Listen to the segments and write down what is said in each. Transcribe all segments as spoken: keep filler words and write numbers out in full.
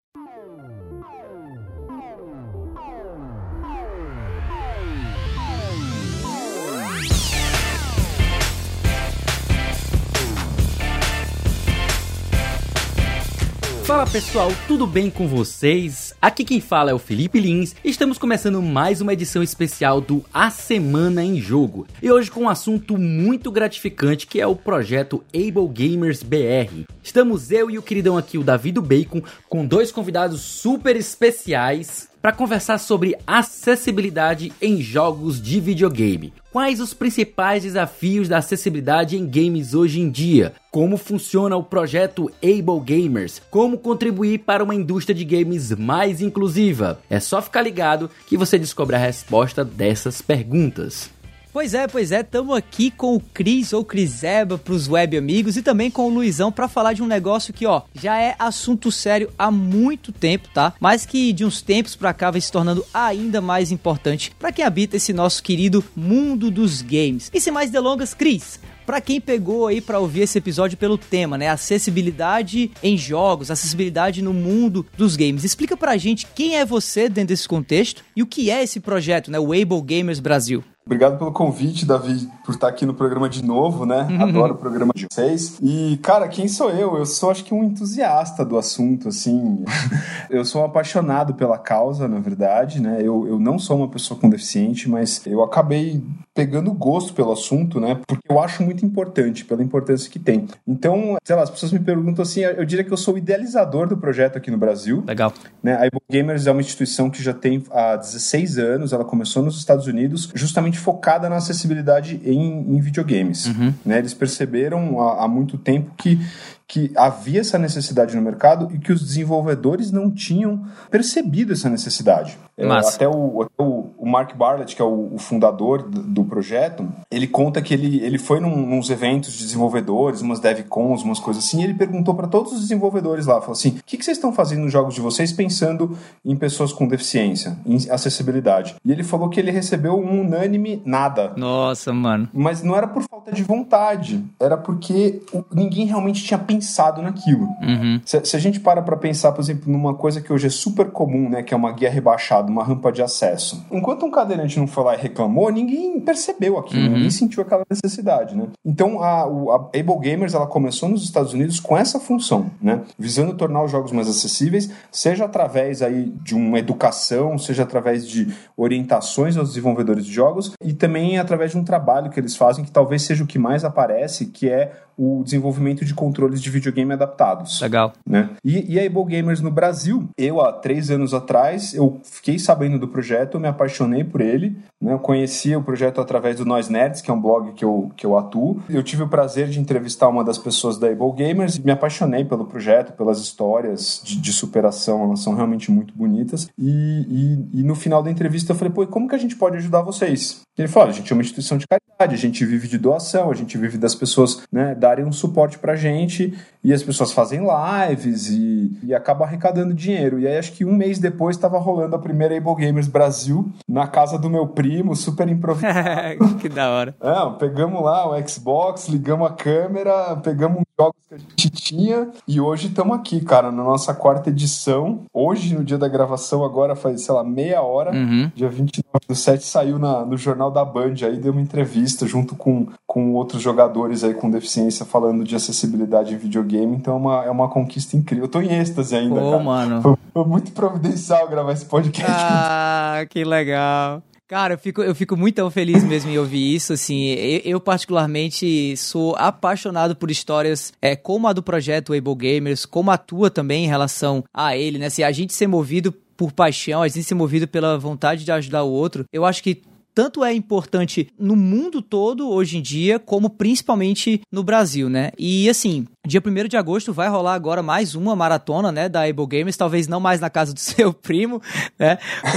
Fala pessoal, tudo bem com vocês? Aqui quem fala é o Felipe Lins e estamos começando mais uma edição especial do A Semana em Jogo. E hoje com um assunto muito gratificante que é o projeto Able Gamers B R. Estamos eu e o queridão aqui, o Davi do Bacon, com dois convidados super especiais para conversar sobre acessibilidade em jogos de videogame. Quais os principais desafios da acessibilidade em games hoje em dia? Como funciona o projeto Able Gamers? Como contribuir para uma indústria de games mais inclusiva? É só ficar ligado que você descobre a resposta dessas perguntas. Pois é, pois é, estamos aqui com o Cris ou Criseba pros web amigos e também com o Luizão para falar de um negócio que, ó, já é assunto sério há muito tempo, tá? Mas que de uns tempos pra cá vai se tornando ainda mais importante para quem habita esse nosso querido mundo dos games. E sem mais delongas, Cris, pra quem pegou aí pra ouvir esse episódio pelo tema, né, acessibilidade em jogos, acessibilidade no mundo dos games, explica pra gente quem é você dentro desse contexto e o que é esse projeto, né, o Able Gamers Brasil. Obrigado pelo convite, Davi, por estar aqui no programa de novo, né? Uhum. Adoro o programa de vocês. E, cara, quem sou eu? Eu sou, acho que, um entusiasta do assunto, assim. Eu sou um apaixonado pela causa, na verdade, né? Eu, eu não sou uma pessoa com deficiente, mas eu acabei pegando gosto pelo assunto, né? Porque eu acho muito importante, pela importância que tem. Então, sei lá, as pessoas me perguntam assim, eu diria que eu sou o idealizador do projeto aqui no Brasil. Legal. Né? A Able Gamers é uma instituição que já tem há dezesseis anos, ela começou nos Estados Unidos, justamente focada na acessibilidade em, em videogames. Uhum. Né? Eles perceberam há, há muito tempo que, que havia essa necessidade no mercado e que os desenvolvedores não tinham percebido essa necessidade. É, até o, até o, o Mark Bartlett, que é o, o fundador do, do projeto, ele conta que ele, ele foi num, nos eventos de desenvolvedores, umas DevCons, umas coisas assim, e ele perguntou para todos os desenvolvedores lá, falou assim, o que, que vocês estão fazendo nos jogos de vocês pensando em pessoas com deficiência, em acessibilidade? E ele falou que ele recebeu um unânime nada. Nossa, mano. Mas não era por falta de vontade, era porque ninguém realmente tinha pensado naquilo. Uhum. Se, se a gente para para pensar, por exemplo, numa coisa que hoje é super comum, né, que é uma guia rebaixada, uma rampa de acesso. Enquanto um cadeirante não foi lá e reclamou, ninguém percebeu aquilo, uhum. ninguém sentiu aquela necessidade, né? Então, a, a Able Gamers, ela começou nos Estados Unidos com essa função, né? Visando tornar os jogos mais acessíveis, seja através aí de uma educação, seja através de orientações aos desenvolvedores de jogos e também através de um trabalho que eles fazem que talvez seja o que mais aparece, que é o desenvolvimento de controles de videogame adaptados. Legal. Né? E, e a Able Gamers no Brasil, eu há três anos atrás, eu fiquei sabendo do projeto, eu me apaixonei por ele, né? Eu conheci o projeto através do Nós Nerds, que é um blog que eu, que eu atuo. Eu tive o prazer de entrevistar uma das pessoas da Able Gamers e me apaixonei pelo projeto, pelas histórias de, de superação, elas são realmente muito bonitas. E, e, e no final da entrevista eu falei, pô, como que a gente pode ajudar vocês? E ele falou, a gente é uma instituição de caridade, a gente vive de doação, a gente vive das pessoas, né, darem um suporte pra gente e as pessoas fazem lives e, e acabam arrecadando dinheiro. E aí acho que um mês depois estava rolando a primeira Able Gamers Brasil na casa do meu primo, super improvisado. Que da hora. É, pegamos lá o Xbox, ligamos a câmera, pegamos os jogos que a gente tinha e hoje estamos aqui, cara, na nossa quarta edição. Hoje, no dia da gravação, agora faz, sei lá, meia hora, uhum. dia vinte e nove do sete, saiu na, no Jornal da Band, aí deu uma entrevista junto com, com outros jogadores aí com deficiência falando de acessibilidade em videogame, então é uma, é uma conquista incrível. Eu tô em êxtase ainda, Pô, cara. Mano. Foi, foi muito providencial gravar esse podcast. Ah, que legal. Cara, eu fico, eu fico muito feliz mesmo em ouvir isso, assim, eu, eu particularmente sou apaixonado por histórias é, como a do projeto Able Gamers, como a tua também em relação a ele, né, assim, a gente ser movido por paixão, a gente ser movido pela vontade de ajudar o outro, eu acho que tanto é importante no mundo todo hoje em dia, como principalmente no Brasil, né? E assim, dia primeiro de agosto vai rolar agora mais uma maratona, né, da Able Gamers, talvez não mais na casa do seu primo, né?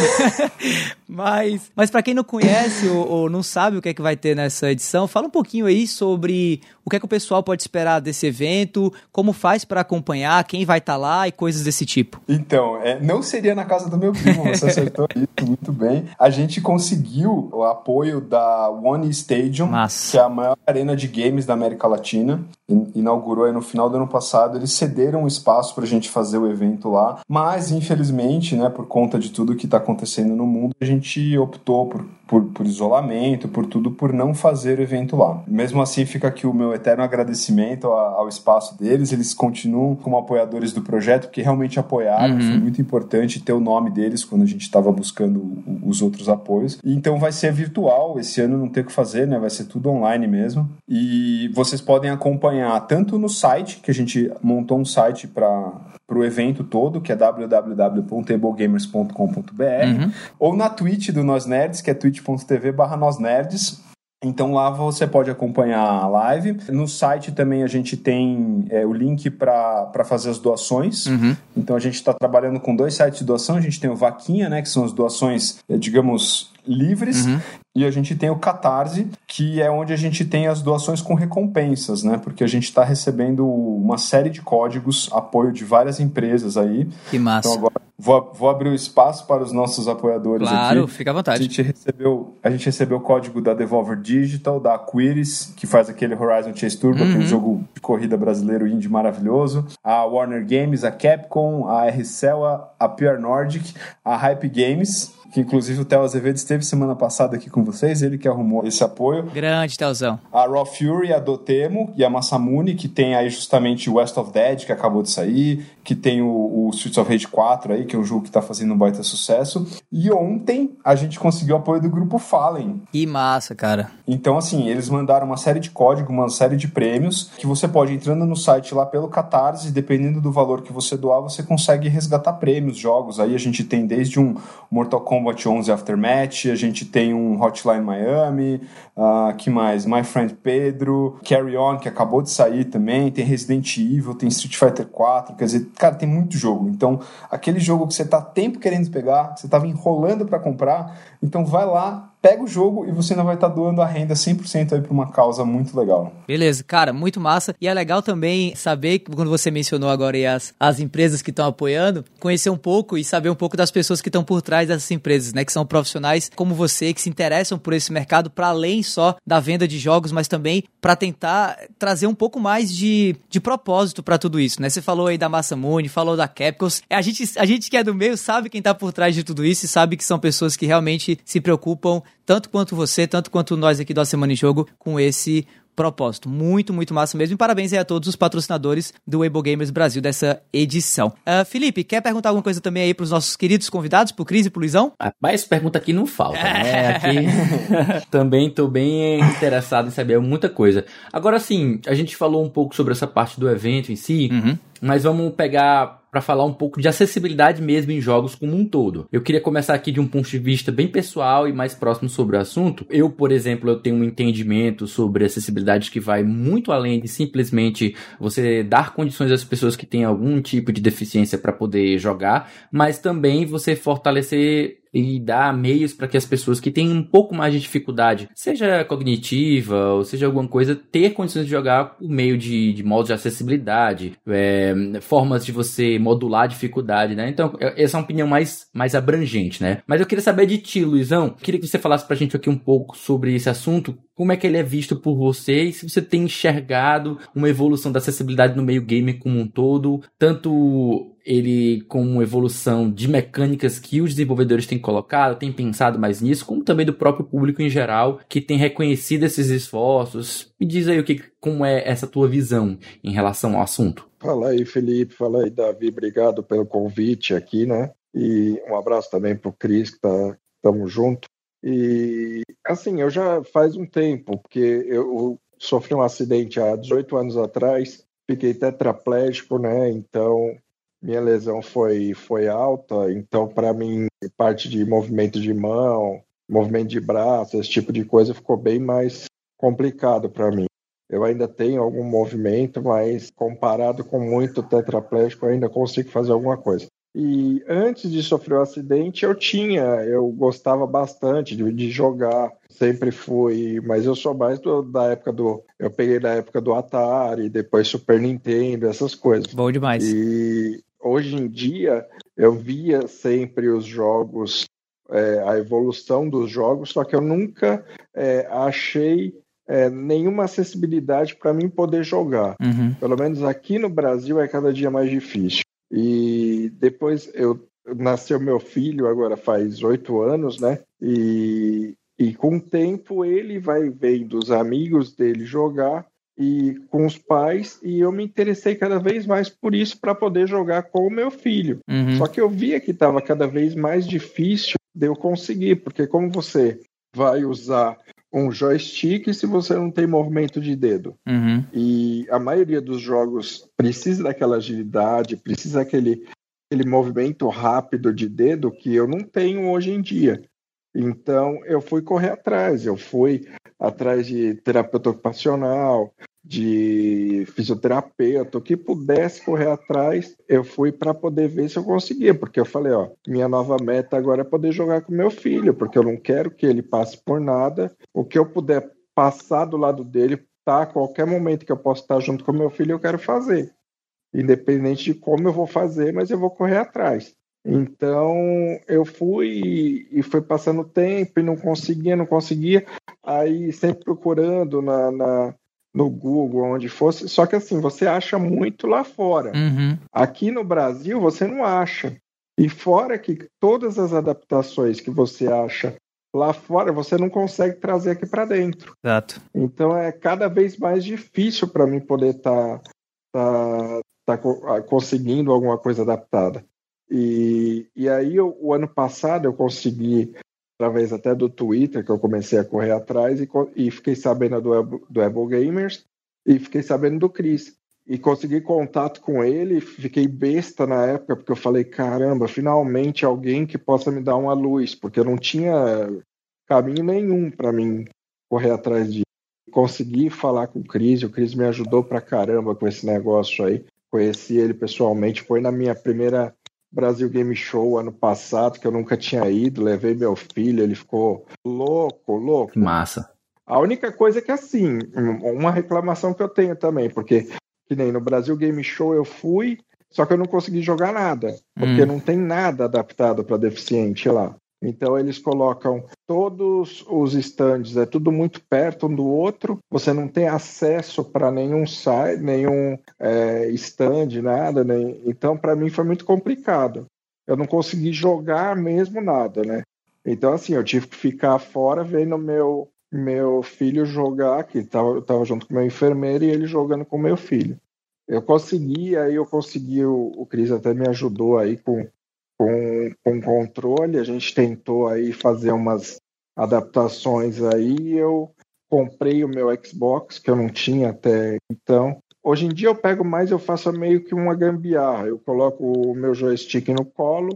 mas, mas para quem não conhece ou, ou não sabe o que é que vai ter nessa edição, fala um pouquinho aí sobre o que é que o pessoal pode esperar desse evento, como faz para acompanhar, quem vai estar tá lá e coisas desse tipo. Então, é, não seria na casa do meu primo, você acertou isso muito bem. A gente conseguiu o apoio da One Stadium, Massa. que é a maior arena de games da América Latina. inaugurou aí no final do ano passado, eles cederam um espaço para a gente fazer o evento lá, mas infelizmente, né, por conta de tudo que está acontecendo no mundo, a gente optou por, por, por isolamento, por tudo, por não fazer o evento lá. Mesmo assim, fica aqui o meu eterno agradecimento ao, ao espaço deles, eles continuam como apoiadores do projeto, porque realmente apoiaram, uhum. Foi muito importante ter o nome deles quando a gente estava buscando os outros apoios. Então vai ser virtual, esse ano não tem o que fazer, né, vai ser tudo online mesmo, e vocês podem acompanhar tanto no site, que a gente montou um site para o evento todo, que é w w w ponto tablegamers ponto com ponto b r, uhum. ou na Twitch do Nós Nerds, que é twitch ponto t v barra nós nerds. Então lá você pode acompanhar a live. No site também a gente tem é, o link para fazer as doações. Uhum. Então a gente está trabalhando com dois sites de doação. A gente tem o Vaquinha, né, que são as doações, digamos, livres. Uhum. E a gente tem o Catarse, que é onde a gente tem as doações com recompensas, né? Porque a gente está recebendo uma série de códigos, apoio de várias empresas aí. Que massa. Então agora vou, vou abrir o espaço para os nossos apoiadores claro, aqui. Claro, fica à vontade. A gente, recebeu, a gente recebeu o código da Devolver Digital, da Aquiris, que faz aquele Horizon Chase Turbo, uhum. aquele jogo de corrida brasileiro indie maravilhoso. A Warner Games, a Capcom, a R-Cell, a P R Nordic, a Hype Games, que inclusive o Theo Azevedo esteve semana passada aqui com vocês, ele que arrumou esse apoio. Grande, Theozão. A Raw Fury, a Dotemu e a Masamune, que tem aí justamente o West of Dead, que acabou de sair, que tem o, o Streets of Rage quatro aí, que é um jogo que tá fazendo um baita sucesso. E ontem a gente conseguiu o apoio do grupo Fallen. Que massa, cara. Então, assim, eles mandaram uma série de códigos, uma série de prêmios, que você pode, entrando no site lá pelo Catarse, dependendo do valor que você doar, você consegue resgatar prêmios, jogos. Aí a gente tem desde um Mortal Kombat onze Aftermath, a gente tem um Hotline Miami, uh, que mais? My Friend Pedro, Carry On, que acabou de sair também, tem Resident Evil, tem Street Fighter quatro, quer dizer, cara, tem muito jogo. Então, aquele jogo que você tá tempo querendo pegar, que você tava enrolando para comprar, então vai lá, pega o jogo e você ainda vai estar tá doando a renda cem por cento aí para uma causa muito legal. Beleza, cara, muito massa. E é legal também saber, quando você mencionou agora aí as, as empresas que estão apoiando, conhecer um pouco e saber um pouco das pessoas que estão por trás dessas empresas, né? Que são profissionais como você, que se interessam por esse mercado, para além só da venda de jogos, mas também para tentar trazer um pouco mais de, de propósito para tudo isso, né? Você falou aí da Masamune, falou da Capcom. A gente, a gente que é do meio sabe quem tá por trás de tudo isso e sabe que são pessoas que realmente se preocupam tanto quanto você, tanto quanto nós aqui da Semana em Jogo, com esse propósito. Muito, muito massa mesmo. E parabéns aí a todos os patrocinadores do Able Gamers Brasil dessa edição. Uh, Felipe, quer perguntar alguma coisa também aí pros nossos queridos convidados, pro Cris e pro Luizão? Mas pergunta aqui não falta, né? Aqui também tô bem interessado em saber muita coisa. Agora sim, a gente falou um pouco sobre essa parte do evento em si, uhum. mas vamos pegar para falar um pouco de acessibilidade mesmo em jogos como um todo. Eu queria começar aqui de um ponto de vista bem pessoal e mais próximo sobre o assunto. Eu, por exemplo, eu tenho um entendimento sobre acessibilidade que vai muito além de simplesmente você dar condições às pessoas que têm algum tipo de deficiência para poder jogar, mas também você fortalecer e dar meios para que as pessoas que têm um pouco mais de dificuldade, seja cognitiva ou seja alguma coisa, ter condições de jogar por meio de, de modos de acessibilidade, é, formas de você modular a dificuldade, né? Então, essa é uma opinião mais, mais abrangente, né? Mas eu queria saber de ti, Luizão. Queria que você falasse pra gente aqui um pouco sobre esse assunto. Como é que ele é visto por você e se você tem enxergado uma evolução da acessibilidade no meio gamer como um todo, tanto ele com uma evolução de mecânicas que os desenvolvedores têm colocado, têm pensado mais nisso, como também do próprio público em geral, que tem reconhecido esses esforços. Me diz aí o que, como é essa tua visão em relação ao assunto. Fala aí, Felipe. Fala aí, Davi. Obrigado pelo convite aqui, né? E um abraço também pro Cris, que tá, tamo junto. E, assim, eu já faz um tempo, porque eu sofri um acidente há dezoito anos atrás, fiquei tetraplégico, né? Então, minha lesão foi, foi alta. Então, para mim, parte de movimento de mão, movimento de braço, esse tipo de coisa ficou bem mais complicado para mim. Eu ainda tenho algum movimento, mas comparado com muito tetraplégico, eu ainda consigo fazer alguma coisa. E antes de sofrer o acidente, eu tinha, eu gostava bastante de, de jogar, sempre fui, mas eu sou mais do, da época do, eu peguei da época do Atari, depois Super Nintendo, essas coisas. Bom demais. E hoje em dia, eu via sempre os jogos, é, a evolução dos jogos, só que eu nunca é, achei é, nenhuma acessibilidade para mim poder jogar. Uhum. Pelo menos aqui no Brasil é cada dia mais difícil. E depois eu nasceu meu filho, agora faz oito anos, né? E, e com o tempo ele vai vendo os amigos dele jogar e com os pais, e eu me interessei cada vez mais por isso para poder jogar com o meu filho. Uhum. Só que eu via que estava cada vez mais difícil de eu conseguir, porque como você vai usar um joystick se você não tem movimento de dedo? Uhum. E a maioria dos jogos precisa daquela agilidade, precisa daquele aquele movimento rápido de dedo que eu não tenho hoje em dia. Então, eu fui correr atrás, eu fui atrás de terapeuta ocupacional, de fisioterapeuta, o que pudesse correr atrás, eu fui para poder ver se eu conseguia, porque eu falei, ó, minha nova meta agora é poder jogar com meu filho, porque eu não quero que ele passe por nada, o que eu puder passar do lado dele, tá, a qualquer momento que eu possa estar junto com meu filho, eu quero fazer, independente de como eu vou fazer, mas eu vou correr atrás. Então, eu fui e fui passando tempo e não conseguia, não conseguia, aí sempre procurando na, na, no Google, onde fosse, só que assim, você acha muito lá fora. Uhum. Aqui no Brasil, você não acha. E fora que todas as adaptações que você acha lá fora, você não consegue trazer aqui para dentro. Exato. Então, é cada vez mais difícil para mim poder estar tá, tá, tá conseguindo alguma coisa adaptada. E, e aí, eu, o ano passado, eu consegui, através até do Twitter, que eu comecei a correr atrás, e, e fiquei sabendo do, do Able Gamers, e fiquei sabendo do Chris. E consegui contato com ele, fiquei besta na época, porque eu falei, caramba, finalmente alguém que possa me dar uma luz, porque eu não tinha caminho nenhum para mim correr atrás de conseguir falar com o Chris, e o Chris me ajudou pra caramba com esse negócio aí. Conheci ele pessoalmente, foi na minha primeira Brasil Game Show ano passado, que eu nunca tinha ido, levei meu filho, ele ficou louco, louco. Que massa. A única coisa é que, assim, uma reclamação que eu tenho também, porque, que nem no Brasil Game Show eu fui, só que eu não consegui jogar nada, porque hum. não tem nada adaptado para deficiente lá. Então eles colocam todos os stands, é tudo muito perto um do outro, você não tem acesso para nenhum site, nenhum é, stand, nada, nem... então para mim foi muito complicado. Eu não consegui jogar mesmo nada, né? Então assim, eu tive que ficar fora vendo meu, meu filho jogar, que eu estava junto com o meu enfermeiro e ele jogando com o meu filho. Eu consegui, aí eu consegui, o, o Chris até me ajudou aí com Com, com controle, a gente tentou aí fazer umas adaptações aí, eu comprei o meu Xbox, que eu não tinha até então. Hoje em dia eu pego mais, eu faço meio que uma gambiarra, eu coloco o meu joystick no colo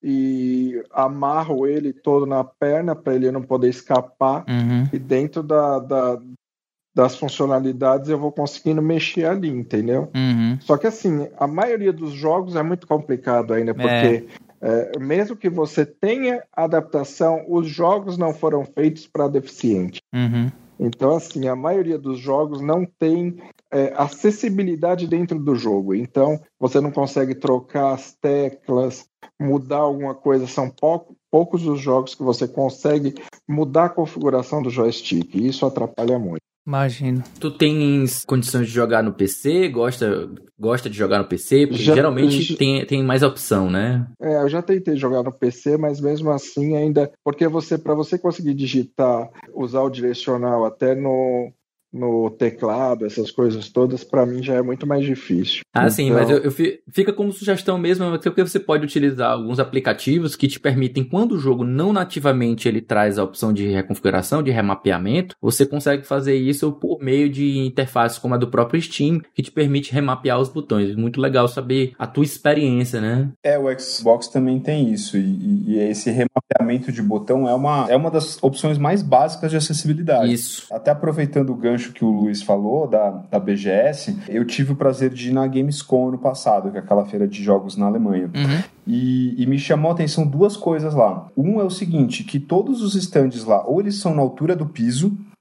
e amarro ele todo na perna para ele não poder escapar, uhum. e dentro da, da, das funcionalidades eu vou conseguindo mexer ali, entendeu? Uhum. Só que assim, a maioria dos jogos é muito complicado ainda, porque é. É, mesmo que você tenha adaptação, os jogos não foram feitos para deficiente. Uhum. Então, assim, a maioria dos jogos não tem é, acessibilidade dentro do jogo. Então, você não consegue trocar as teclas, mudar alguma coisa. São pouco, poucos os jogos que você consegue mudar a configuração do joystick. E isso atrapalha muito. Imagino. Tu tens condições de jogar no P C? Gosta, gosta de jogar no P C? Porque já, geralmente já, tem, tem mais opção, né? É, eu já tentei jogar no P C, mas mesmo assim ainda... Porque você, para você conseguir digitar, usar o direcional até no, no teclado, essas coisas todas, para mim já é muito mais difícil. Ah, então... sim, mas eu, eu, fica como sugestão mesmo, porque você pode utilizar alguns aplicativos que te permitem, quando o jogo não nativamente ele traz a opção de reconfiguração, de remapeamento, você consegue fazer isso por meio de interfaces como a do próprio Steam, que te permite remapear os botões. Muito legal saber a tua experiência, né? É, o Xbox também tem isso, e, e esse remapeamento de botão é uma, é uma das opções mais básicas de acessibilidade. Isso. Até aproveitando o gancho que o Luiz falou, da, da B G S, eu tive o prazer de ir na Gamescom ano passado, que é aquela feira de jogos na Alemanha. Uhum. E, e me chamou a atenção duas coisas lá. Um é o seguinte, que todos os stands lá, ou eles são na altura do piso,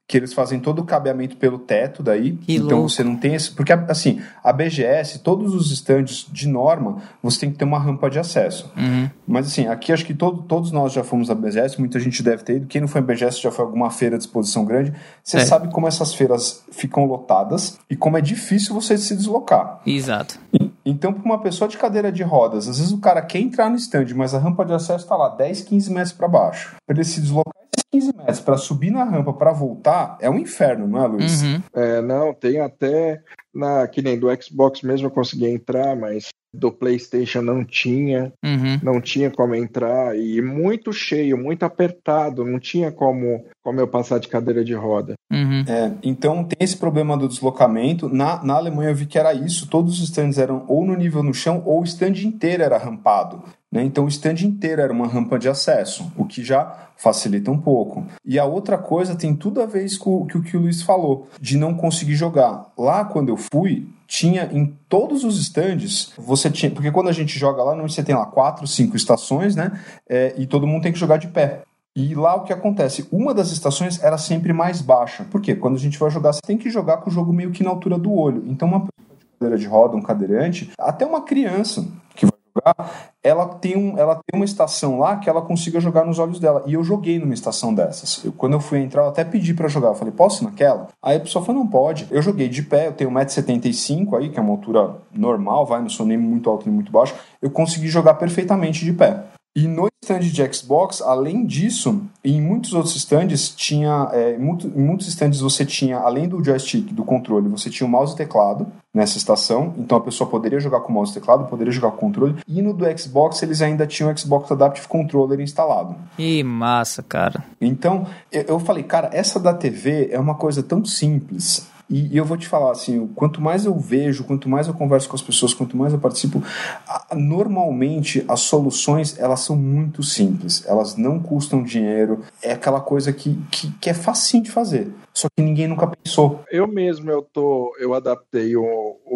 que eles fazem todo o cabeamento pelo teto daí, Que então louco. você não tem esse... Porque, assim, a B G S, todos os stands de norma, você tem que ter uma rampa de acesso. Uhum. Mas, assim, aqui acho que todo, todos nós já fomos à B G S, muita gente deve ter ido. Quem não foi à B G S já foi a alguma feira de exposição grande. Você É. sabe como essas feiras ficam lotadas e como é difícil você se deslocar. Exato. Então, para uma pessoa de cadeira de rodas, às vezes o cara quer entrar no stand, mas a rampa de acesso está lá dez, quinze metros para baixo. Para ele se deslocar esses quinze metros para subir na rampa para voltar, é um inferno, não é, Luiz? Uhum. É, não, tem até, na, que nem do Xbox mesmo eu consegui entrar, mas do PlayStation não tinha, Uhum. não tinha como entrar, e muito cheio, muito apertado, não tinha como, como eu passar de cadeira de roda. Uhum. É, então tem esse problema do deslocamento. Na, na Alemanha eu vi que era isso, todos os stands eram ou no nível no chão ou o stand inteiro era rampado, né? Então o stand inteiro era uma rampa de acesso, o que já facilita um pouco. E a outra coisa tem tudo a ver com o que, que o Luiz falou, de não conseguir jogar. Lá quando eu fui, tinha em todos os stands, você tinha, porque quando a gente joga lá, você tem lá quatro, cinco estações, né? É, e todo mundo tem que jogar de pé. E lá o que acontece? Uma das estações era sempre mais baixa. Por quê? Quando a gente vai jogar, você tem que jogar com o jogo meio que na altura do olho. Então uma pessoa de cadeira de roda, um cadeirante, até uma criança que vai jogar, ela tem, um, ela tem uma estação lá que ela consiga jogar nos olhos dela. E eu joguei numa estação dessas. Eu, quando eu fui entrar, eu até pedi pra jogar. Eu falei, posso ir naquela? Aí a pessoa falou, não pode. Eu joguei de pé, eu tenho um metro e setenta e cinco aí, que é uma altura normal, vai, não sou nem muito alto nem muito baixo. Eu consegui jogar perfeitamente de pé. E no stand de Xbox, além disso, em muitos outros stands, tinha, é, em, muito, em muitos stands você tinha, além do joystick, do controle, você tinha o mouse e teclado nessa estação, então a pessoa poderia jogar com o mouse e teclado, poderia jogar com o controle, e no do Xbox eles ainda tinham o Xbox Adaptive Controller instalado. Que massa, cara. Então, eu, eu falei, cara, essa da T V é uma coisa tão simples. E, e eu vou te falar, assim, quanto mais eu vejo, quanto mais eu converso com as pessoas, quanto mais eu participo, a, normalmente as soluções, elas são muito simples. Elas não custam dinheiro. É aquela coisa que, que, que é facinho de fazer. Só que ninguém nunca pensou. Eu mesmo, eu, tô, eu adaptei o,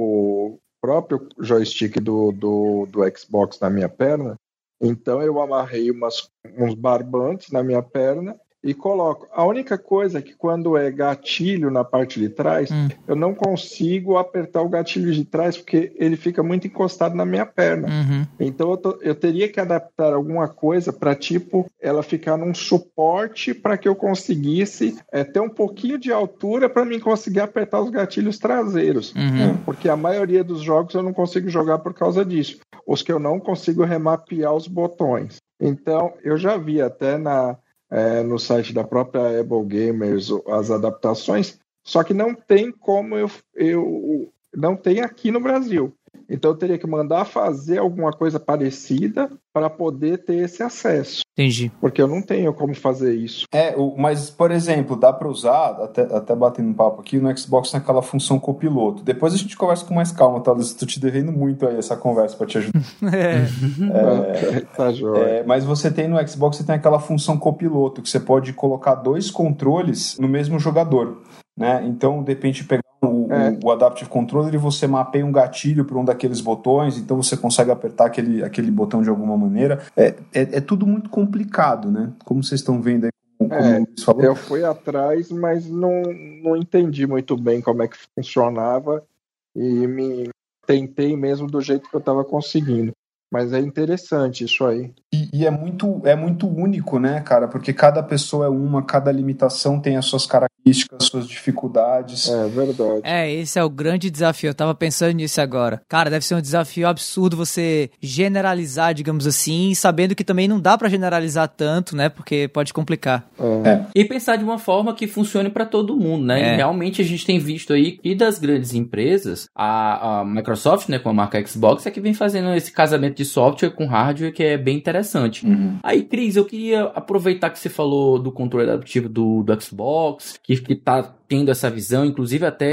o próprio joystick do, do, do Xbox na minha perna. Então eu amarrei umas, uns barbantes na minha perna e coloco. A única coisa é que quando é gatilho na parte de trás, hum. eu não consigo apertar o gatilho de trás porque ele fica muito encostado na minha perna. Uhum. Então eu, tô, eu teria que adaptar alguma coisa para, tipo, ela ficar num suporte para que eu conseguisse é, ter um pouquinho de altura para mim conseguir apertar os gatilhos traseiros. Uhum. Porque a maioria dos jogos eu não consigo jogar por causa disso. Os que eu não consigo remapear os botões. Então eu já vi até na... É, no site da própria Able Gamers as adaptações, só que não tem como eu, eu não tem aqui no Brasil. Então eu teria que mandar fazer alguma coisa parecida para poder ter esse acesso. Entendi. Porque eu não tenho como fazer isso. É, o, mas, por exemplo, dá para usar, até, até batendo um papo aqui, no Xbox tem aquela função copiloto. Depois a gente conversa com mais calma, tá? Estou te devendo muito aí essa conversa para te ajudar. É. é, tá joia. É, mas você tem no Xbox, você tem aquela função copiloto, que você pode colocar dois controles no mesmo jogador, né? Então, de repente, pegar o, é. o, o Adaptive Controller e você mapeia um gatilho para um daqueles botões, então você consegue apertar aquele, aquele botão de alguma maneira. É, é, é tudo muito complicado, né? Como vocês estão vendo aí, como, como é, o Luiz falou. Eu fui atrás, mas não, não entendi muito bem como é que funcionava e me tentei mesmo do jeito que eu estava conseguindo. Mas é interessante isso aí. E, e é, muito, é muito único, né, cara? Porque cada pessoa é uma, cada limitação tem as suas características, suas dificuldades. É verdade. É, esse é o grande desafio. Eu tava pensando nisso agora. Cara, deve ser um desafio absurdo você generalizar, digamos assim, sabendo que também não dá pra generalizar tanto, né? Porque pode complicar. É. É. E pensar de uma forma que funcione pra todo mundo, né? É. E realmente a gente tem visto aí que das grandes empresas, a, a Microsoft, né, com a marca Xbox, é que vem fazendo esse casamento de software com hardware que é bem interessante. Uhum. Aí, Cris, eu queria aproveitar que você falou do controle adaptivo do, do Xbox, que, que tá tendo essa visão, inclusive até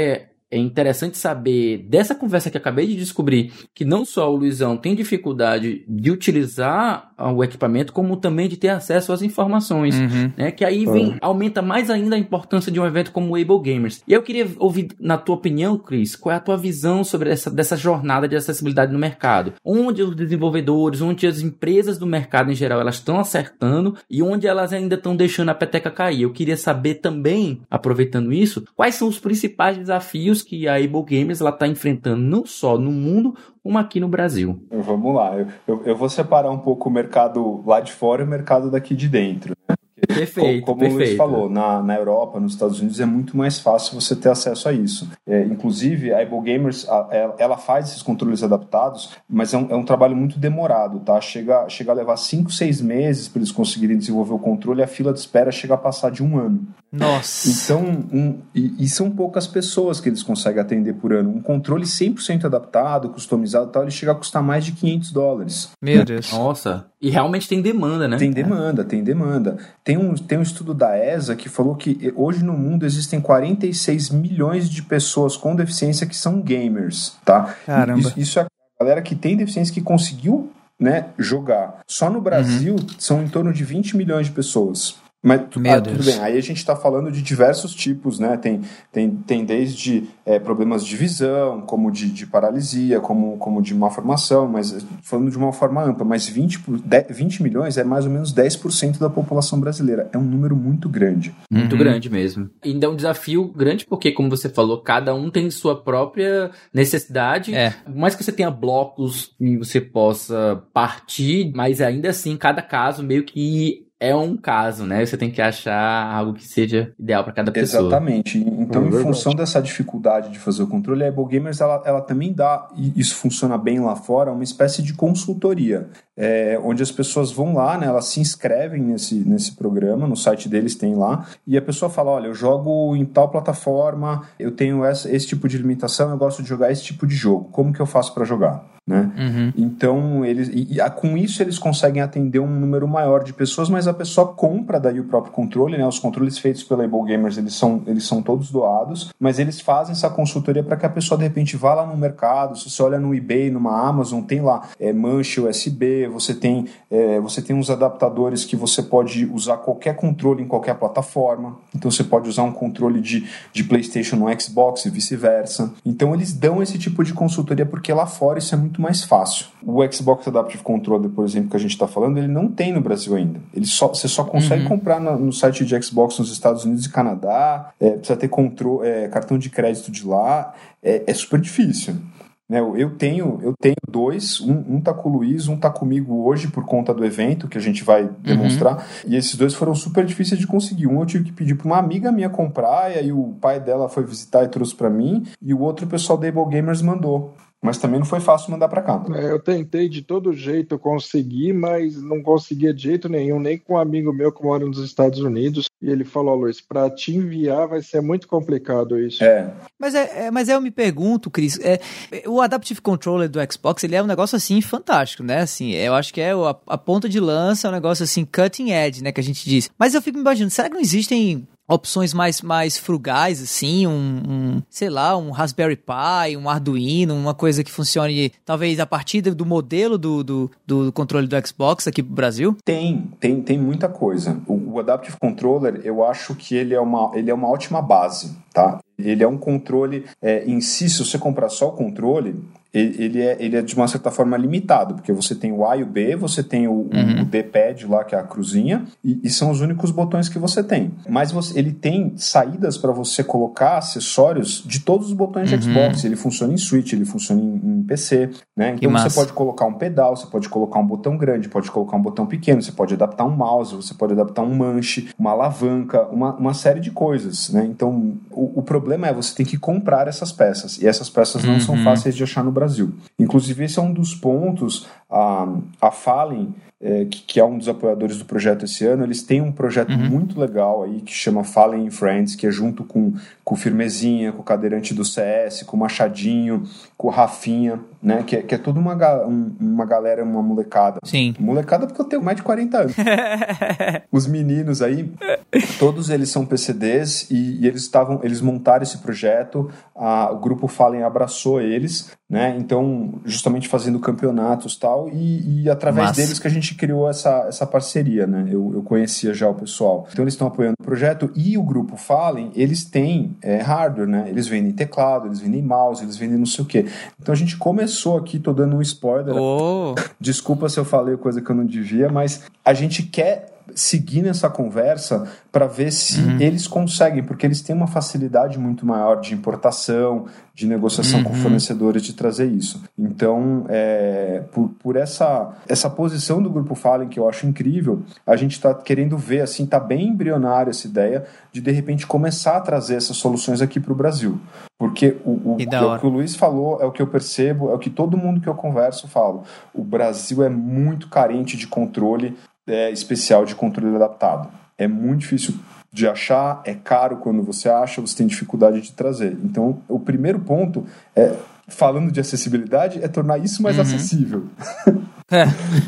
é interessante saber dessa conversa que acabei de descobrir que não só o Luizão tem dificuldade de utilizar o equipamento, como também de ter acesso às informações, uhum. né? Que aí vem, uhum. aumenta mais ainda a importância de um evento como o Able Gamers. E eu queria ouvir, na tua opinião, Chris, qual é a tua visão sobre essa dessa jornada de acessibilidade no mercado? Onde os desenvolvedores, onde as empresas do mercado em geral, elas estão acertando e onde elas ainda estão deixando a peteca cair. Eu queria saber também, aproveitando isso, quais são os principais desafios que a Able Gamers está enfrentando, não só no mundo, como aqui no Brasil. Vamos lá, eu, eu, eu vou separar um pouco o mercado lá de fora e o mercado daqui de dentro, né? Perfeito, como perfeito. o Luiz falou, na, na Europa, nos Estados Unidos é muito mais fácil você ter acesso a isso. É, inclusive, a Able Gamers, a, ela faz esses controles adaptados, mas é um, é um trabalho muito demorado, tá? Chega, chega a levar cinco, seis meses para eles conseguirem desenvolver o controle e a fila de espera chega a passar de um ano. Nossa! Então, um, e, e são poucas pessoas que eles conseguem atender por ano. Um controle cem por cento adaptado, customizado e tal, ele chega a custar mais de quinhentos dólares. Meu Deus! Nossa! E realmente tem demanda, né? Tem demanda, é. tem demanda. Tem um, tem um estudo da E S A que falou que hoje no mundo existem quarenta e seis milhões de pessoas com deficiência que são gamers, tá? Caramba. Isso, isso é a galera que tem deficiência que conseguiu, né, jogar. Só no Brasil uhum. são em torno de vinte milhões de pessoas. Mas Meu ah, Deus. tudo bem, aí a gente está falando de diversos tipos, né? Tem, tem, tem desde é, problemas de visão, como de, de paralisia, como, como de malformação, mas falando de uma forma ampla, mas vinte, vinte milhões é mais ou menos dez por cento da população brasileira. É um número muito grande. Muito uhum. grande mesmo. E ainda é um desafio grande porque, como você falou, cada um tem sua própria necessidade. É. Por mais que você tenha blocos e você possa partir, mas ainda assim, cada caso meio que é um caso, né? Você tem que achar algo que seja ideal para cada pessoa. Exatamente. Então, é em verdade. função dessa dificuldade de fazer o controle, a Able Gamers ela, ela também dá, e isso funciona bem lá fora, uma espécie de consultoria, é, onde as pessoas vão lá, né? Elas se inscrevem nesse, nesse programa, no site deles tem lá, e a pessoa fala, olha, eu jogo em tal plataforma, eu tenho essa, esse tipo de limitação, eu gosto de jogar esse tipo de jogo. Como que eu faço para jogar? Né? Uhum. Então eles e, e, com isso eles conseguem atender um número maior de pessoas, mas a pessoa compra daí o próprio controle, né? Os controles feitos pela Able Gamers eles são, eles são todos doados, mas eles fazem essa consultoria para que a pessoa de repente vá lá no mercado. Se você olha no eBay, numa Amazon, tem lá é, manche U S B, você tem, é, você tem uns adaptadores que você pode usar qualquer controle em qualquer plataforma, então você pode usar um controle de, de PlayStation no Xbox e vice-versa. Então eles dão esse tipo de consultoria porque lá fora isso é muito mais fácil. O Xbox Adaptive Controller, por exemplo, que a gente está falando, ele não tem no Brasil ainda. Ele só, você só consegue uhum. comprar no, no site de Xbox nos Estados Unidos e Canadá, é, precisa ter controle, é, cartão de crédito de lá, é, é super difícil. Né? Eu tenho, eu tenho dois, um, um tá com o Luiz, um tá comigo hoje por conta do evento que a gente vai demonstrar, uhum. e esses dois foram super difíceis de conseguir. Um eu tive que pedir para uma amiga minha comprar, e aí o pai dela foi visitar e trouxe para mim, e o outro o pessoal da Able Gamers mandou. Mas também não foi fácil mandar para cá. É, eu tentei de todo jeito conseguir, mas não conseguia de jeito nenhum, nem com um amigo meu que mora nos Estados Unidos. E ele falou, Luiz, para te enviar vai ser muito complicado isso. É. Mas, é, é, mas eu me pergunto, Chris, é, o Adaptive Controller do Xbox, ele é um negócio assim fantástico, né? Assim, eu acho que é a, a ponta de lança, é um negócio assim cutting edge, né, que a gente diz. Mas eu fico me imaginando, será que não existem opções mais, mais frugais, assim, um, um, sei lá, um Raspberry Pi, um Arduino, uma coisa que funcione, talvez, a partir do modelo do, do, do controle do Xbox aqui pro Brasil? Tem, tem, tem muita coisa. O, o Adaptive Controller, eu acho que ele é uma, ele é uma ótima base, tá? Ele é um controle, é, em si, se você comprar só o controle, ele, ele, é, ele é de uma certa forma limitado, porque você tem o A e o B, você tem o, uhum. o D-pad lá, que é a cruzinha, e, e são os únicos botões que você tem. Mas você, ele tem saídas para você colocar acessórios de todos os botões de uhum. Xbox. Ele funciona em Switch, ele funciona em, em P C, né? Então você pode colocar um pedal, você pode colocar um botão grande, pode colocar um botão pequeno, você pode adaptar um mouse, você pode adaptar um manche, uma alavanca, uma, uma série de coisas, né? Então o, o problema é você tem que comprar essas peças, e essas peças não uhum. são fáceis de achar no Brasil. Inclusive esse é um dos pontos A, a Fallen, é, que, que é um dos apoiadores do projeto esse ano, eles têm um projeto uhum. muito legal aí que chama Fallen Friends, que é junto com, com o Firmezinha, com o Cadeirante do C S, com o Machadinho, com o Rafinha, né? Que é, que é toda uma, um, uma galera, uma molecada. Sim. Molecada porque eu tenho mais de quarenta anos. Os meninos aí, todos eles são P C Ds e, e eles estavam, eles montaram esse projeto, a, o grupo Fallen abraçou eles, né? Então, justamente fazendo campeonatos e tal, e, e através Massa. deles que a gente criou essa, essa parceria, né? Eu, eu conhecia já o pessoal. Então, eles estão apoiando o projeto e o grupo Fallen, eles têm é, hardware, né? Eles vendem teclado, eles vendem mouse, eles vendem não sei o quê. Então, a gente começou aqui, tô dando um spoiler. Oh. Desculpa se eu falei coisa que eu não devia, mas a gente quer seguir nessa conversa para ver se uhum. eles conseguem, porque eles têm uma facilidade muito maior de importação, de negociação uhum. com fornecedores, de trazer isso. Então, é, por, por essa, essa posição do Grupo Fallen, que eu acho incrível, a gente está querendo ver, assim, tá bem embrionária essa ideia de, de repente, começar a trazer essas soluções aqui para o Brasil. Porque o, o, que, o que o Luiz falou é o que eu percebo, é o que todo mundo que eu converso fala. O Brasil é muito carente de controle é, especial, de controle adaptado. É muito difícil de achar, é caro quando você acha, você tem dificuldade de trazer. Então, o primeiro ponto, é, falando de acessibilidade, é tornar isso mais uhum. acessível. É.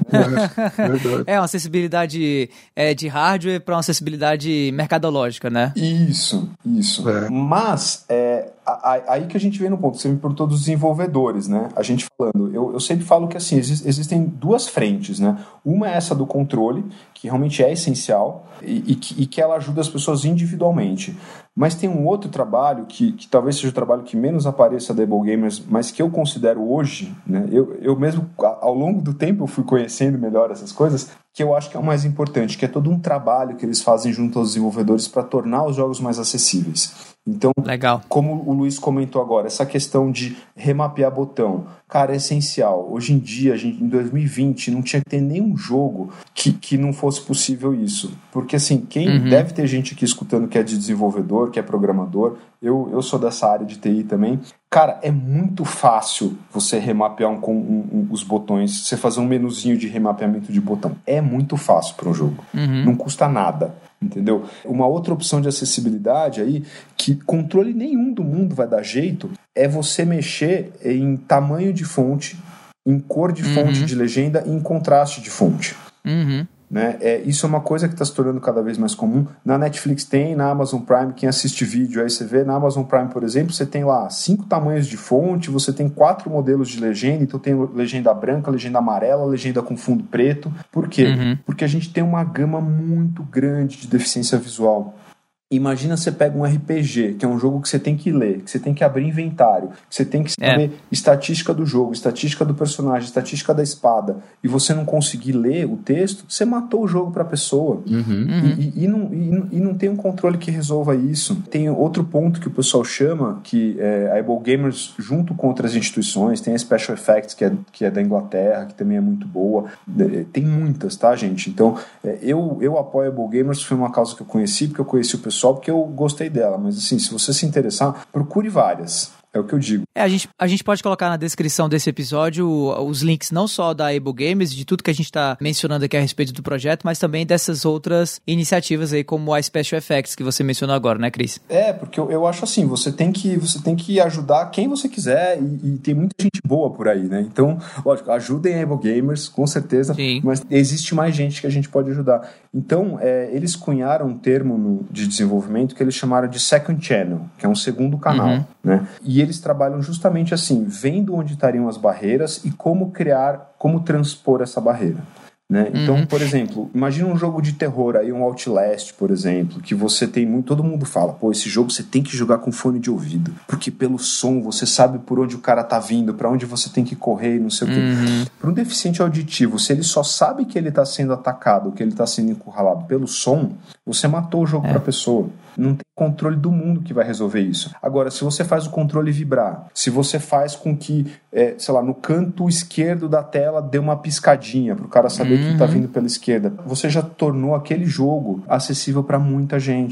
É uma acessibilidade é, de hardware para uma acessibilidade mercadológica, né? Isso, isso. É. Mas, é, aí que a gente vem no ponto, você me perguntou dos desenvolvedores, né? A gente falando, eu, eu sempre falo que assim, existem duas frentes, né? Uma é essa do controle, que realmente é essencial e, e, que, e que ela ajuda as pessoas individualmente. Mas tem um outro trabalho que, que talvez seja o trabalho que menos apareça da Able Gamers, mas que eu considero hoje, né? Eu, eu mesmo, ao longo do tempo, eu fui conhecendo melhor essas coisas, que eu acho que é o mais importante, que é todo um trabalho que eles fazem junto aos desenvolvedores para tornar os jogos mais acessíveis. Então, Legal. Como o Luiz comentou agora, essa questão de remapear botão, cara, é essencial. Hoje em dia, a gente, em dois mil e vinte, não tinha que ter nenhum jogo que, que não fosse possível isso. Porque, assim, quem uhum. deve ter gente aqui escutando que é de desenvolvedor, que é programador, eu, eu sou dessa área de T I também. Cara, é muito fácil você remapear um, um, um, os botões, você fazer um menuzinho de remapeamento de botão. É muito fácil para um jogo. Uhum. Não custa nada. Entendeu? Uma outra opção de acessibilidade aí, que controle nenhum do mundo vai dar jeito, é você mexer em tamanho de fonte, em cor de uhum. fonte de legenda e em contraste de fonte. Uhum. Né? É, isso é uma coisa que está se tornando cada vez mais comum. Na Netflix tem, na Amazon Prime, quem assiste vídeo aí você vê, na Amazon Prime, por exemplo, você tem lá cinco tamanhos de fonte, você tem quatro modelos de legenda, então tem legenda branca, legenda amarela, legenda com fundo preto. Por quê? Uhum. Porque a gente tem uma gama muito grande de deficiência visual. Imagina você pega um R P G, que é um jogo que você tem que ler, que você tem que abrir inventário, que você tem que saber é. estatística do jogo, estatística do personagem, estatística da espada, e você não conseguir ler o texto, você matou o jogo para a pessoa. Uhum, uhum. E, e, e, não, e, e não tem um controle que resolva isso. Tem outro ponto que o pessoal chama, que é, a Able Gamers, junto com outras instituições, tem a Special Effects, que é, que é da Inglaterra, que também é muito boa. Tem muitas, tá, gente? Então, é, eu, eu apoio a Able Gamers, foi uma causa que eu conheci, porque eu conheci o pessoal, porque eu gostei dela, mas assim, se você se interessar, procure várias. É o que eu digo. É, a gente, a gente pode colocar na descrição desse episódio os links não só da Able Games, de tudo que a gente está mencionando aqui a respeito do projeto, mas também dessas outras iniciativas aí, como a Special Effects, que você mencionou agora, né, Cris? É, porque eu, eu acho assim, você tem que, você tem que ajudar quem você quiser e, e tem muita gente boa por aí, né? Então, lógico, ajudem a Able Gamers, com certeza, Sim. mas existe mais gente que a gente pode ajudar. Então, é, eles cunharam um termo no, de desenvolvimento que eles chamaram de Second Channel, que é um segundo canal, uhum. né? E eles trabalham justamente assim, vendo onde estariam as barreiras e como criar, como transpor essa barreira. Né? Então, uhum. por exemplo, imagina um jogo de terror aí, um Outlast, por exemplo, que você tem muito, todo mundo fala, pô, esse jogo você tem que jogar com fone de ouvido, porque pelo som você sabe por onde o cara tá vindo, pra onde você tem que correr, não sei o uhum. quê. Para um deficiente auditivo, se ele só sabe que ele tá sendo atacado, que ele tá sendo encurralado pelo som, você matou o jogo é. pra pessoa. Não tem controle do mundo que vai resolver isso. Agora, se você faz o controle vibrar, se você faz com que, é, sei lá, no canto esquerdo da tela dê uma piscadinha para o cara saber uhum. que está vindo pela esquerda, você já tornou aquele jogo acessível para muita gente.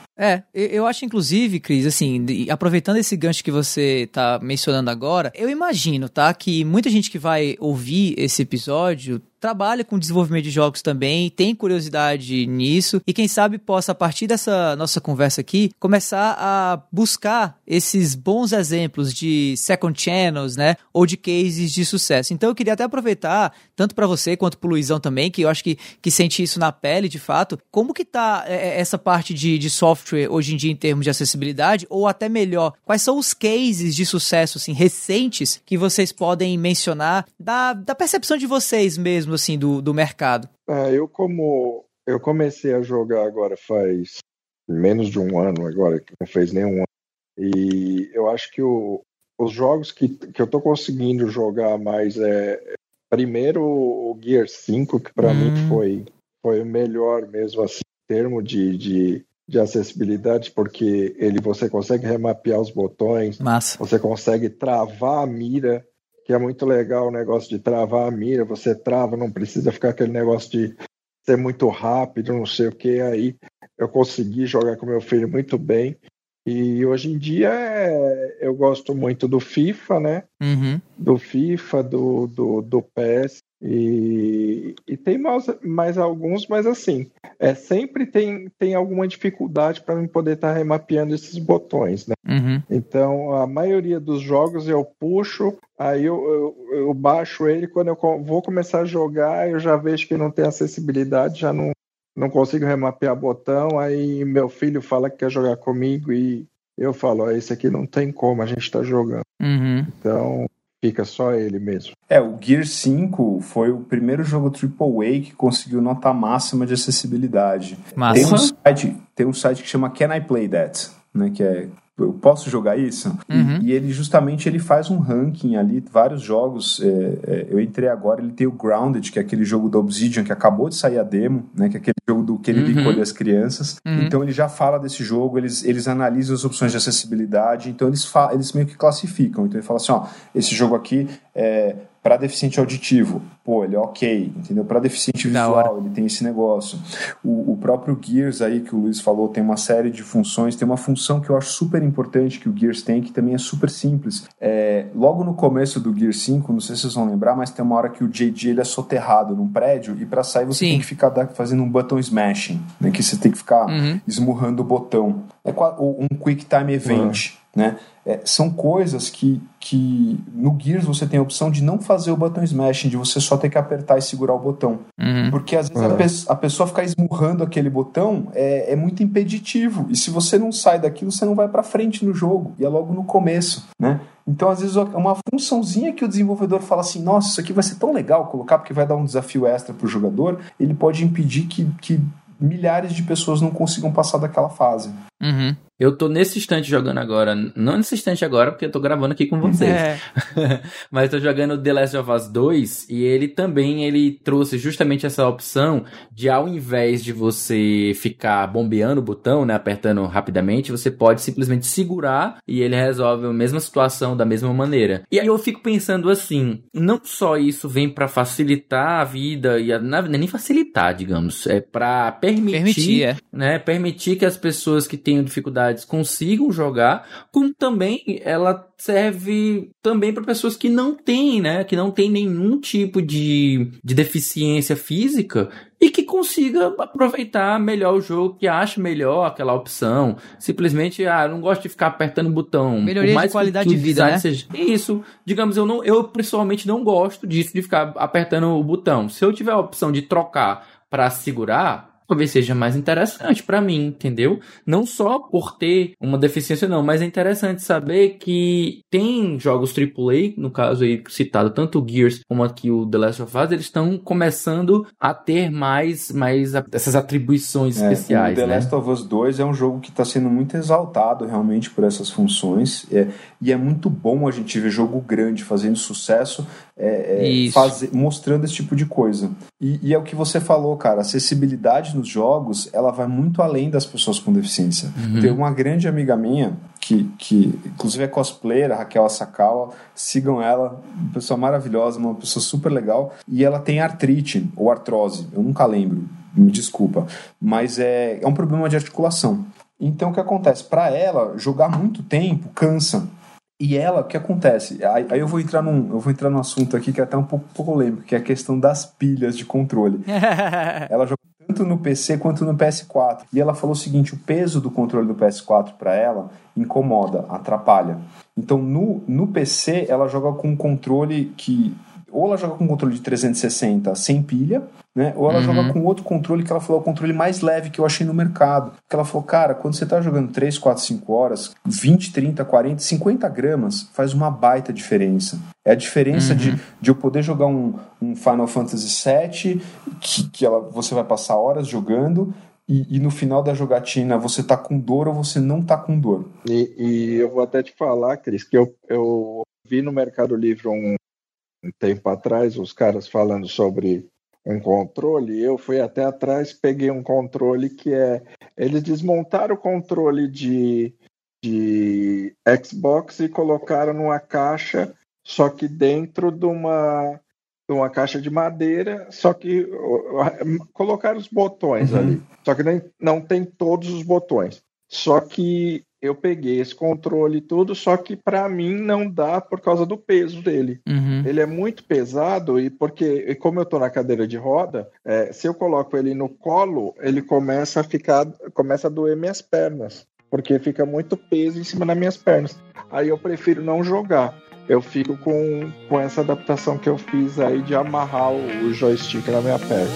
É, eu acho inclusive, Cris, assim, aproveitando esse gancho que você tá mencionando agora, eu imagino, tá, que muita gente que vai ouvir esse episódio trabalha com desenvolvimento de jogos também, tem curiosidade nisso e quem sabe possa, a partir dessa nossa conversa aqui, começar a buscar esses bons exemplos de second channels, né, ou de cases de sucesso. Então eu queria até aproveitar, tanto para você quanto pro Luizão também, que eu acho que, que sente isso na pele de fato, como que tá é, essa parte de, de software hoje em dia em termos de acessibilidade, ou até melhor, quais são os cases de sucesso assim, recentes que vocês podem mencionar da, da percepção de vocês mesmo, assim, do, do mercado? Ah, eu como eu comecei a jogar agora faz menos de um ano agora, que não fez nem um ano, e eu acho que o, os jogos que, que eu tô conseguindo jogar mais é primeiro o Gear cinco, que para hum. mim foi, foi o melhor mesmo assim, em termos de, de, de acessibilidade, porque ele você consegue remapear os botões, Massa. Você consegue travar a mira, que é muito legal o negócio de travar a mira, você trava, não precisa ficar aquele negócio de ser muito rápido, não sei o que, aí eu consegui jogar com meu filho muito bem, e hoje em dia é, eu gosto muito do FIFA, né, uhum. do FIFA, do, do, do P E S, e, e tem mais, mais alguns, mas assim, é, sempre tem, tem alguma dificuldade para eu poder estar tá remapeando esses botões, né? Uhum. Então, a maioria dos jogos eu puxo, aí eu, eu, eu baixo ele, quando eu vou começar a jogar, eu já vejo que não tem acessibilidade, já não, não consigo remapear botão, aí meu filho fala que quer jogar comigo e eu falo, ó, esse aqui não tem como, a gente tá jogando. Uhum. Então, fica só ele mesmo. É, o Gear cinco foi o primeiro jogo triplo A que conseguiu nota máxima de acessibilidade. Massa. Tem um site, tem um site que chama Can I Play That? Né, que é eu posso jogar isso? Uhum. E, e ele justamente ele faz um ranking ali, vários jogos, é, é, eu entrei agora, ele tem o Grounded, que é aquele jogo da Obsidian que acabou de sair a demo, né, que é aquele jogo do que ele uhum. recolhe as crianças, uhum. então ele já fala desse jogo, eles, eles analisam as opções de acessibilidade, então eles, fa- eles meio que classificam, então ele fala assim, ó, esse jogo aqui é para deficiente auditivo, pô, ele é ok, entendeu? Para deficiente visual, ele tem esse negócio. O, o próprio Gears aí, que o Luiz falou, tem uma série de funções, tem uma função que eu acho super importante que o Gears tem, que também é super simples. É, logo no começo do Gear cinco, não sei se vocês vão lembrar, mas tem uma hora que o J G ele é soterrado num prédio e para sair você Sim. tem que ficar fazendo um button smashing, né? Que você tem que ficar uhum. esmurrando o botão. É um quick time event, uhum. né? É, são coisas que, que no Gears você tem a opção de não fazer o button smashing, de você só ter que apertar e segurar o botão. Uhum. Porque às vezes uhum. a, pe- a pessoa ficar esmurrando aquele botão é, é muito impeditivo. E se você não sai daquilo, você não vai pra frente no jogo. E é logo no começo, né? Então, às vezes, é uma funçãozinha que o desenvolvedor fala assim, nossa, isso aqui vai ser tão legal colocar, porque vai dar um desafio extra pro jogador, ele pode impedir que, que milhares de pessoas não consigam passar daquela fase. Uhum. Eu tô nesse instante jogando agora, não nesse instante agora, porque eu tô gravando aqui com vocês. É. Mas tô jogando The Last of Us dois e ele também, ele trouxe justamente essa opção de ao invés de você ficar bombeando o botão, né, apertando rapidamente, você pode simplesmente segurar e ele resolve a mesma situação da mesma maneira. E aí eu fico pensando assim, não só isso vem pra facilitar a vida, e a, não é nem facilitar, digamos, é pra permitir, permitir é. né, permitir que as pessoas que tenham dificuldade consigam jogar, como também ela serve também para pessoas que não têm, né, que não têm nenhum tipo de, de deficiência física e que consiga aproveitar melhor o jogo, que acha melhor aquela opção. Simplesmente, ah, eu não gosto de ficar apertando o botão. Melhoria de qualidade de vida, né? Seja... Isso. Digamos, eu, não, eu pessoalmente não gosto disso, de ficar apertando o botão. Se eu tiver a opção de trocar para segurar, talvez seja mais interessante pra mim, entendeu? Não só por ter uma deficiência não, mas é interessante saber que tem jogos triplo A, no caso aí citado, tanto o Gears como aqui o The Last of Us, eles estão começando a ter mais, mais essas atribuições é, especiais, o The né? Last of Us dois é um jogo que está sendo muito exaltado realmente por essas funções, é, e é muito bom a gente ver jogo grande fazendo sucesso, é, é, fazer, mostrando esse tipo de coisa. E, e é o que você falou, cara, acessibilidade nos jogos, ela vai muito além das pessoas com deficiência. Uhum. Tem uma grande amiga minha, que, que inclusive é cosplayer, a Raquel Asakawa, sigam ela, uma pessoa maravilhosa, uma pessoa super legal, e ela tem artrite, ou artrose, eu nunca lembro, me desculpa, mas é, é um problema de articulação. Então o que acontece? Para ela, jogar muito tempo cansa. E ela, o que acontece? Aí, aí eu vou entrar num, eu vou entrar num assunto aqui que é até um pouco polêmico, que é a questão das pilhas de controle. Ela joga tanto no P C quanto no P S quatro. E ela falou o seguinte, o peso do controle do P S quatro para ela incomoda, atrapalha. Então no, no P C ela joga com um controle que... Ou ela joga com um controle de trezentos e sessenta sem pilha, né? Ou ela uhum. joga com outro controle que ela falou, o controle mais leve que eu achei no mercado. Porque ela falou, cara, quando você tá jogando três, quatro, cinco horas, vinte, trinta, quarenta, cinquenta gramas faz uma baita diferença. É a diferença uhum. de, de eu poder jogar um, um Final Fantasy sete, que, que ela, você vai passar horas jogando, e, e no final da jogatina você tá com dor ou você não tá com dor. E, e eu vou até te falar, Cris, que eu, eu vi no Mercado Livre um um tempo atrás, os caras falando sobre um controle, eu fui até atrás, peguei um controle que é... Eles desmontaram o controle de, de Xbox e colocaram numa caixa, só que dentro de uma, de uma caixa de madeira, só que colocaram os botões uhum. ali, só que nem, não tem todos os botões. Só que eu peguei esse controle e tudo, só que para mim não dá por causa do peso dele. Uhum. Ele é muito pesado e porque, e como eu tô na cadeira de roda, é, se eu coloco ele no colo, ele começa a ficar, começa a doer minhas pernas, porque fica muito peso em cima das minhas pernas. Aí eu prefiro não jogar. Eu fico com, com essa adaptação que eu fiz aí de amarrar o, o joystick na minha perna.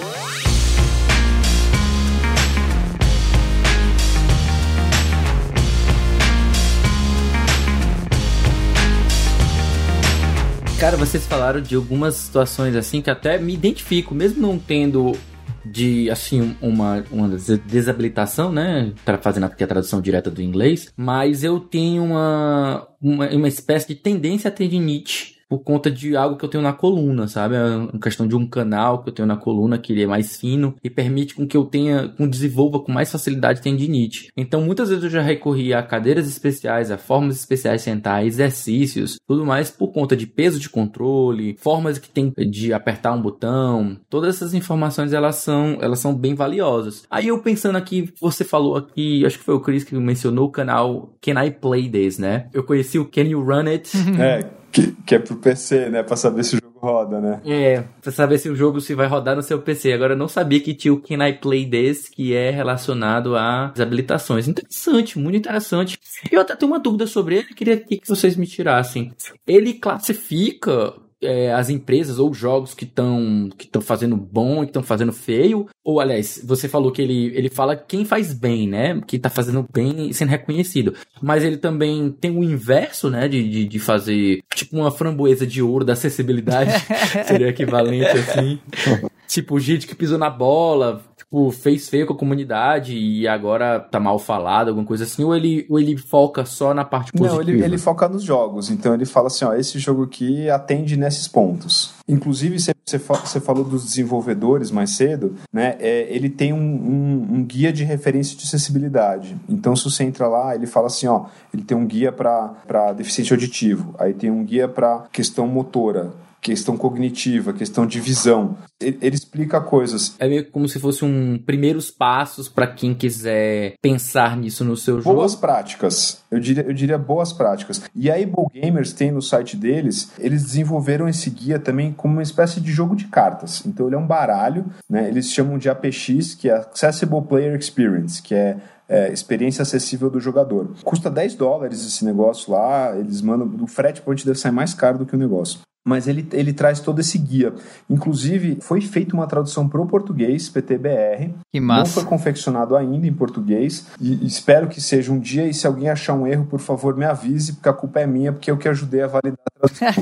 Cara, vocês falaram de algumas situações assim que até me identifico, mesmo não tendo de, assim, uma, uma desabilitação, né, para fazer aqui a tradução direta do inglês, mas eu tenho uma, uma, uma espécie de tendência a tendinite por conta de algo que eu tenho na coluna, sabe? É uma questão de um canal que eu tenho na coluna, que ele é mais fino e permite com que eu tenha, com desenvolva com mais facilidade tendinite. Então, muitas vezes eu já recorri a cadeiras especiais, a formas especiais de sentar, exercícios, tudo mais por conta de peso de controle, formas que tem de apertar um botão. Todas essas informações, elas são, elas são bem valiosas. Aí eu pensando aqui, você falou aqui, acho que foi o Chris que mencionou o canal Can I Play This, né? Eu conheci o Can You Run It? É. Que, que é pro P C, né? Pra saber se o jogo roda, né? É, pra saber se o jogo se vai rodar no seu P C. Agora, eu não sabia que tinha o Can I Play This, que é relacionado às habilitações. Interessante, muito interessante. Eu até tenho uma dúvida sobre ele, queria que vocês me tirassem. Ele classifica é, as empresas ou jogos que estão que estão fazendo bom e que estão fazendo feio? Ou, aliás, você falou que ele, ele fala quem faz bem, né? Quem tá fazendo bem e sendo reconhecido. Mas ele também tem o inverso, né? De, de, de fazer, tipo, uma framboesa de ouro da acessibilidade. Seria equivalente, assim. Tipo, gente que pisou na bola, tipo, fez feio com a comunidade e agora tá mal falado, alguma coisa assim. Ou ele, ou ele foca só na parte positiva? Não, ele, ele foca nos jogos. Então ele fala assim, ó, esse jogo aqui atende nesses pontos. Inclusive, você, você falou dos desenvolvedores mais cedo, né? É, ele tem um, um, um guia de referência de acessibilidade. Então, se você entra lá, ele fala assim, ó, ele tem um guia para deficiente auditivo, aí tem um guia para questão motora, questão cognitiva, questão de visão. Ele, ele explica coisas. É meio como se fosse um primeiros passos para quem quiser pensar nisso no seu jogo. Boas práticas. Eu diria, eu diria boas práticas. E a Able Gamers tem no site deles, eles desenvolveram esse guia também como uma espécie de jogo de cartas. Então ele é um baralho, né? Eles chamam de A P X, que é Accessible Player Experience, que é É, experiência acessível do jogador. Custa dez dólares esse negócio lá, eles mandam, o frete point deve sair mais caro do que o negócio. Mas ele, ele traz todo esse guia. Inclusive, foi feita uma tradução para o português, P T B R. Que massa. Não foi confeccionado ainda em português. E espero que seja um dia. E se alguém achar um erro, por favor, me avise, porque a culpa é minha, porque eu que ajudei a validar a tradução.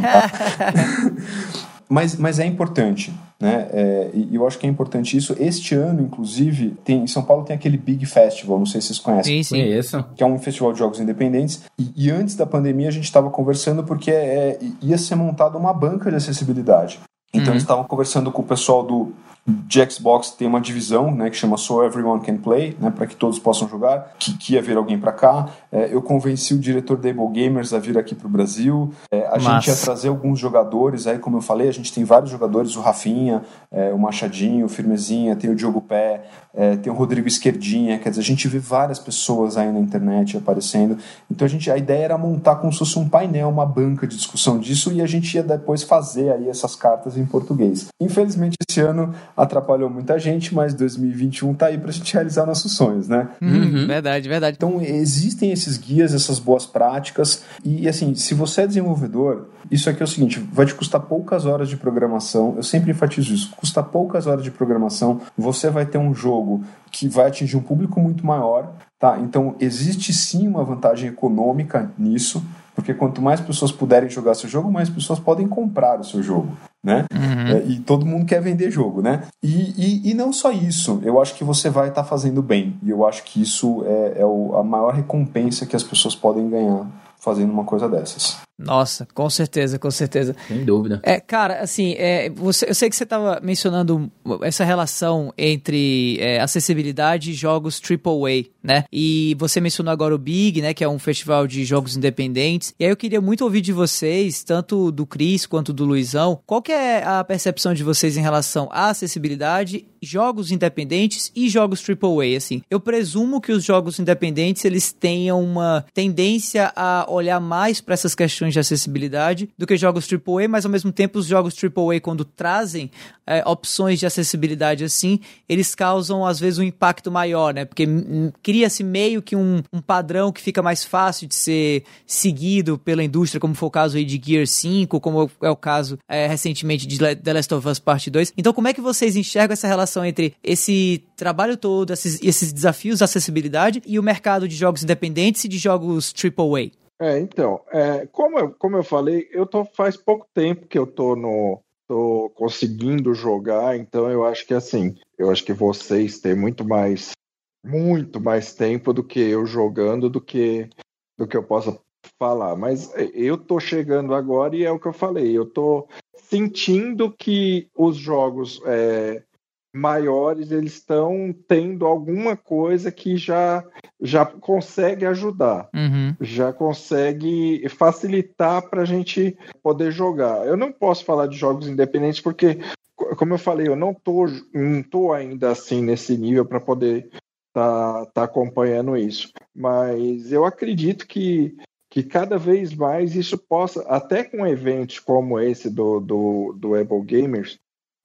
Tá? Mas, mas é importante, né? É, e eu acho que é importante isso. Este ano, inclusive, tem, em São Paulo tem aquele Big Festival, não sei se vocês conhecem. Sim, sim. Conheço. Que é um festival de jogos independentes. E, e antes da pandemia a gente estava conversando porque é, ia ser montada uma banca de acessibilidade. Então uhum. eles estavam conversando com o pessoal do de Xbox tem uma divisão, né, que chama So Everyone Can Play, né, para que todos possam jogar, que, que ia vir alguém para cá. É, eu convenci o diretor da Able Gamers a vir aqui para o Brasil. É, a Mas... gente ia trazer alguns jogadores, aí, como eu falei, a gente tem vários jogadores, o Rafinha, é, o Machadinho, o Firmezinha, tem o Diogo Pé, é, tem o Rodrigo Esquerdinha, quer dizer, a gente vê várias pessoas aí na internet aparecendo. Então a, gente, a ideia era montar como se fosse um painel, uma banca de discussão disso, e a gente ia depois fazer aí essas cartas em português. Infelizmente esse ano atrapalhou muita gente, mas dois mil e vinte e um tá aí pra gente realizar nossos sonhos, né? Uhum, verdade, verdade. Então existem esses guias, essas boas práticas, e assim, se você é desenvolvedor, isso aqui é o seguinte, vai te custar poucas horas de programação, eu sempre enfatizo isso, custa poucas horas de programação, você vai ter um jogo que vai atingir um público muito maior, tá? Então existe sim uma vantagem econômica nisso, porque quanto mais pessoas puderem jogar seu jogo, mais pessoas podem comprar o seu jogo, né? Uhum. É, e todo mundo quer vender jogo, né? E, e, e não só isso, eu acho que você vai estar tá fazendo bem, e eu acho que isso é, é o, a maior recompensa que as pessoas podem ganhar fazendo uma coisa dessas. Nossa, com certeza, com certeza. Sem dúvida. É, cara, assim, é, você, eu sei que você estava mencionando essa relação entre é, acessibilidade e jogos triple A, né? E você mencionou agora o Big, né? Que é um festival de jogos independentes. E aí eu queria muito ouvir de vocês, tanto do Cris quanto do Luizão, qual que é a percepção de vocês em relação à acessibilidade, jogos independentes e jogos triple A, assim. Eu presumo que os jogos independentes, eles tenham uma tendência a olhar mais para essas questões de acessibilidade do que jogos triple A, mas ao mesmo tempo os jogos triple A, quando trazem é, opções de acessibilidade assim, eles causam às vezes um impacto maior, né? Porque m- cria-se meio que um, um padrão que fica mais fácil de ser seguido pela indústria, como foi o caso aí de Gear cinco, como é o caso é, recentemente de The Last of Us Part dois. Então como é que vocês enxergam essa relação entre esse trabalho todo, esses, esses desafios de acessibilidade e o mercado de jogos independentes e de jogos triple A? É, então, é, como, eu, como eu falei, eu tô faz pouco tempo que eu tô no tô conseguindo jogar, então eu acho que assim, eu acho que vocês têm muito mais muito mais tempo do que eu jogando do que do que eu possa falar, mas eu tô chegando agora e é o que eu falei, eu tô sentindo que os jogos é, maiores, eles estão tendo alguma coisa que já, já consegue ajudar, uhum. já consegue facilitar para a gente poder jogar. Eu não posso falar de jogos independentes porque, como eu falei, eu não tô, não tô ainda assim nesse nível para poder tá, tá acompanhando isso. Mas eu acredito que, que cada vez mais isso possa, até com eventos como esse do, do, do Able Gamers,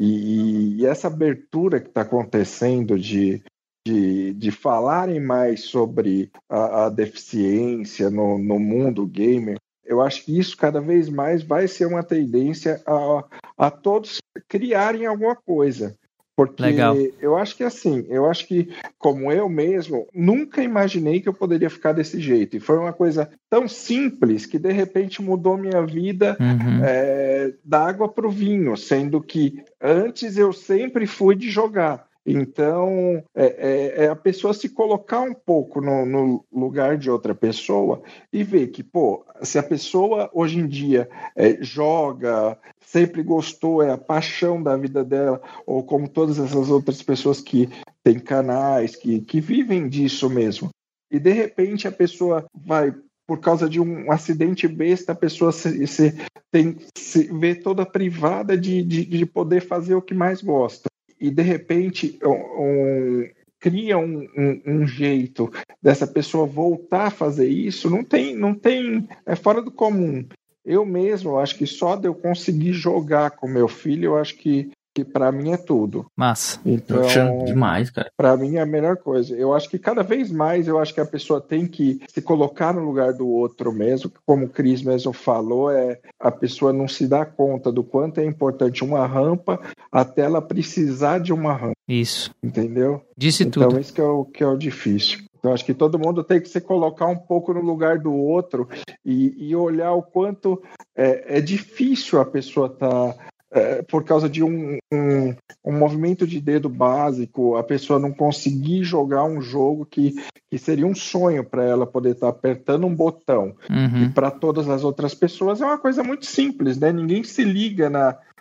E, e essa abertura que está acontecendo de, de, de falarem mais sobre a, a deficiência no, no mundo gamer, eu acho que isso cada vez mais vai ser uma tendência a, a todos criarem alguma coisa. Porque Legal. eu acho que assim, eu acho que, como eu mesmo, nunca imaginei que eu poderia ficar desse jeito. E foi uma coisa tão simples que, de repente, mudou minha vida uhum. é, da água para o vinho, sendo que antes eu sempre fui de jogar. Então, é, é, é a pessoa se colocar um pouco no, no lugar de outra pessoa e ver que, pô, se a pessoa hoje em dia é, joga, sempre gostou, é a paixão da vida dela, ou como todas essas outras pessoas que têm canais, que, que vivem disso mesmo. E, de repente, a pessoa vai, por causa de um acidente besta, a pessoa se, se, tem, se vê toda privada de, de, de poder fazer o que mais gosta. E, de repente, um, um, cria um, um, um jeito dessa pessoa voltar a fazer isso, não tem, não tem, é fora do comum. Eu mesmo, eu acho que só de eu conseguir jogar com meu filho, eu acho que, que para mim é tudo. Massa. Então, demais, cara. Para mim é a melhor coisa. Eu acho que cada vez mais, eu acho que a pessoa tem que se colocar no lugar do outro mesmo, como o Cris mesmo falou, é a pessoa não se dá conta do quanto é importante uma rampa até ela precisar de uma rampa. Isso. Entendeu? Disse então, tudo. Então, isso que é, o, que é o difícil. Então, acho que todo mundo tem que se colocar um pouco no lugar do outro e, e olhar o quanto é, é difícil a pessoa estar... Tá, É, por causa de um, um, um movimento de dedo básico, a pessoa não conseguir jogar um jogo que, que seria um sonho para ela poder estar tá apertando um botão. Uhum. E para todas as outras pessoas é uma coisa muito simples, né? Ninguém se liga na,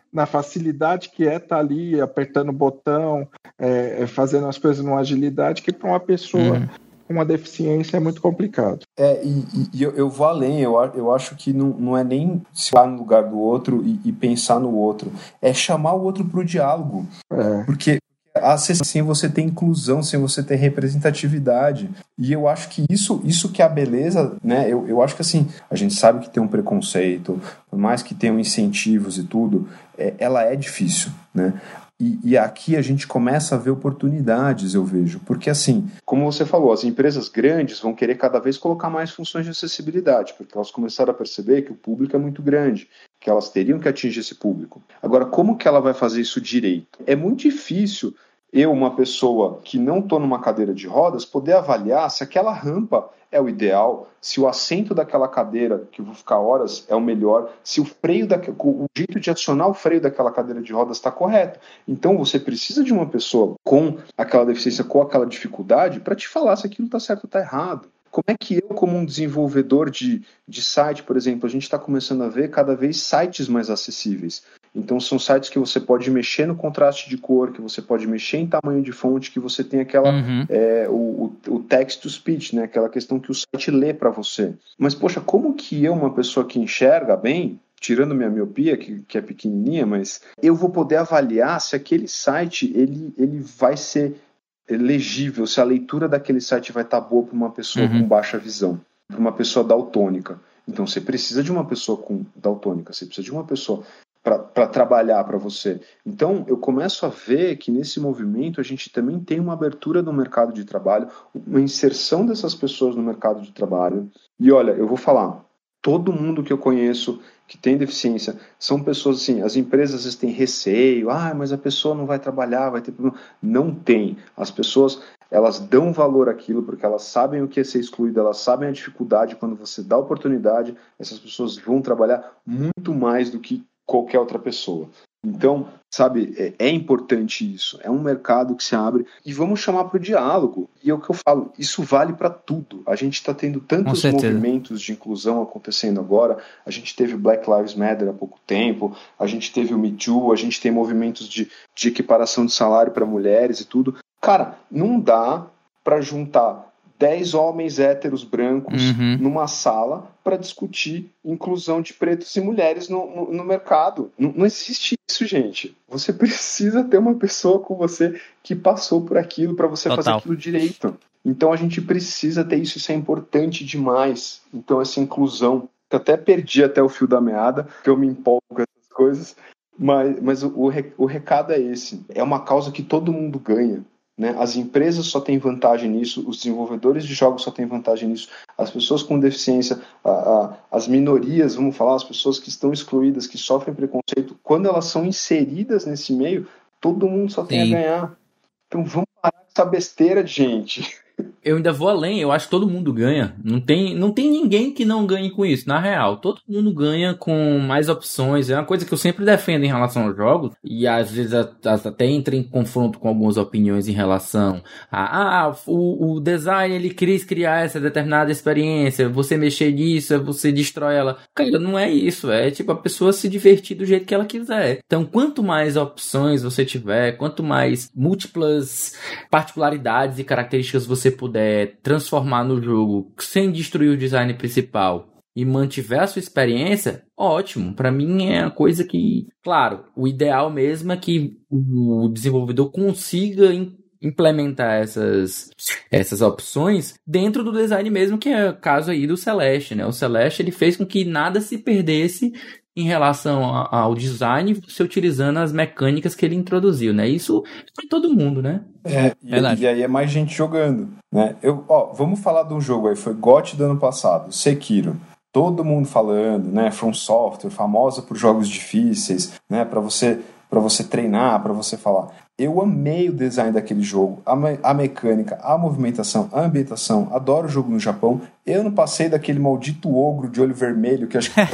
na facilidade que é estar ali apertando o botão, é, fazendo as coisas numa agilidade, que para uma pessoa uhum. com uma deficiência é muito complicado. É, e, e eu, eu vou além, eu, eu acho que não, não é nem se ficar no lugar do outro e, e pensar no outro, é chamar o outro para o diálogo, é. porque sem você ter inclusão, sem você ter representatividade. E eu acho que isso, isso que é a beleza, né? Eu, eu acho que assim, a gente sabe que tem um preconceito, por mais que tenham incentivos e tudo, é, ela é difícil, né? E, e aqui a gente começa a ver oportunidades, eu vejo. Porque assim, como você falou, as empresas grandes vão querer cada vez colocar mais funções de acessibilidade, porque elas começaram a perceber que o público é muito grande, que elas teriam que atingir esse público. Agora, como que ela vai fazer isso direito? É muito difícil eu, uma pessoa que não estou numa cadeira de rodas, poder avaliar se aquela rampa é o ideal, se o assento daquela cadeira, que eu vou ficar horas, é o melhor, se o freio, da, o jeito de acionar o freio daquela cadeira de rodas está correto. Então você precisa de uma pessoa com aquela deficiência, com aquela dificuldade, para te falar se aquilo está certo ou está errado. Como é que eu, como um desenvolvedor de, de site, por exemplo, a gente está começando a ver cada vez sites mais acessíveis. Então são sites que você pode mexer no contraste de cor, que você pode mexer em tamanho de fonte, que você tem aquela uhum. é, o, o text-to-speech, né? Aquela questão que o site lê para você. Mas, poxa, como que eu, uma pessoa que enxerga bem, tirando minha miopia, que, que é pequenininha, mas eu vou poder avaliar se aquele site ele, ele vai ser legível, se a leitura daquele site vai estar boa para uma pessoa uhum. com baixa visão, para uma pessoa daltônica. Então você precisa de uma pessoa com daltônica, você precisa de uma pessoa para trabalhar para você. Então eu começo a ver que nesse movimento a gente também tem uma abertura no mercado de trabalho, uma inserção dessas pessoas no mercado de trabalho. E olha, eu vou falar, todo mundo que eu conheço que tem deficiência, são pessoas assim, as empresas às vezes têm receio, ah, mas a pessoa não vai trabalhar, vai ter problema. Não tem. As pessoas, elas dão valor àquilo porque elas sabem o que é ser excluída, elas sabem a dificuldade, quando você dá oportunidade, essas pessoas vão trabalhar muito mais do que qualquer outra pessoa. Então, sabe, é, é importante isso. É um mercado que se abre e vamos chamar para o diálogo. E é o que eu falo, isso vale para tudo. A gente está tendo tantos movimentos de inclusão acontecendo agora. A gente teve o Black Lives Matter há pouco tempo, a gente teve o Me Too, a gente tem movimentos de, de equiparação de salário para mulheres e tudo. Cara, não dá para juntar dez homens héteros brancos uhum. numa sala para discutir inclusão de pretos e mulheres no, no, no mercado. Não, não existe isso, gente. Você precisa ter uma pessoa com você que passou por aquilo para você Total. fazer aquilo direito. Então a gente precisa ter isso, isso é importante demais. Então essa inclusão, eu até perdi até o fio da meada, porque eu me empolgo com essas coisas, mas, mas o, o, o recado é esse. É uma causa que todo mundo ganha. Né? As empresas só têm vantagem nisso, os desenvolvedores de jogos só têm vantagem nisso, as pessoas com deficiência, a, a, as minorias, vamos falar, as pessoas que estão excluídas, que sofrem preconceito, quando elas são inseridas nesse meio, todo mundo só tem Sim. a ganhar. Então vamos parar com essa besteira, gente. Eu ainda vou além, eu acho que todo mundo ganha. Não tem, não tem ninguém que não ganhe com isso, na real. Todo mundo ganha com mais opções. É uma coisa que eu sempre defendo em relação aos jogos. E às vezes até entra em confronto com algumas opiniões em relação a ah, o, o design ele quis criar essa determinada experiência. Você mexer nisso, você destrói ela. Cara, não é isso. É tipo a pessoa se divertir do jeito que ela quiser. Então, quanto mais opções você tiver, quanto mais múltiplas particularidades e características você puder transformar no jogo sem destruir o design principal e mantiver a sua experiência, ótimo. Para mim é uma coisa que, claro, o ideal mesmo é que o desenvolvedor consiga implementar essas, essas opções dentro do design mesmo, que é o caso aí do Celeste, né? O Celeste ele fez com que nada se perdesse em relação ao design, se utilizando as mecânicas que ele introduziu, né? Isso para todo mundo, né? É, e, e aí é mais gente jogando, né? Eu, ó, vamos falar de um jogo aí, foi G O T do ano passado, Sekiro. Todo mundo falando, né? From Software, famosa por jogos difíceis, né? Para você, para você treinar, para você falar. Eu amei o design daquele jogo, a, me- a mecânica, a movimentação, a ambientação. Adoro o jogo no Japão. Eu não passei daquele maldito ogro de olho vermelho que acho que...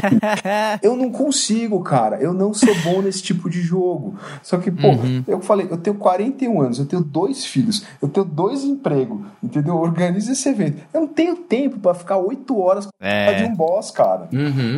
Eu não consigo, cara. Eu não sou bom nesse tipo de jogo. Só que, pô, uhum. eu falei, eu tenho quarenta e um anos, eu tenho dois filhos, eu tenho dois empregos, entendeu? Organiza esse evento. Eu não tenho tempo pra ficar oito horas é. de um boss, cara. Uhum. Então,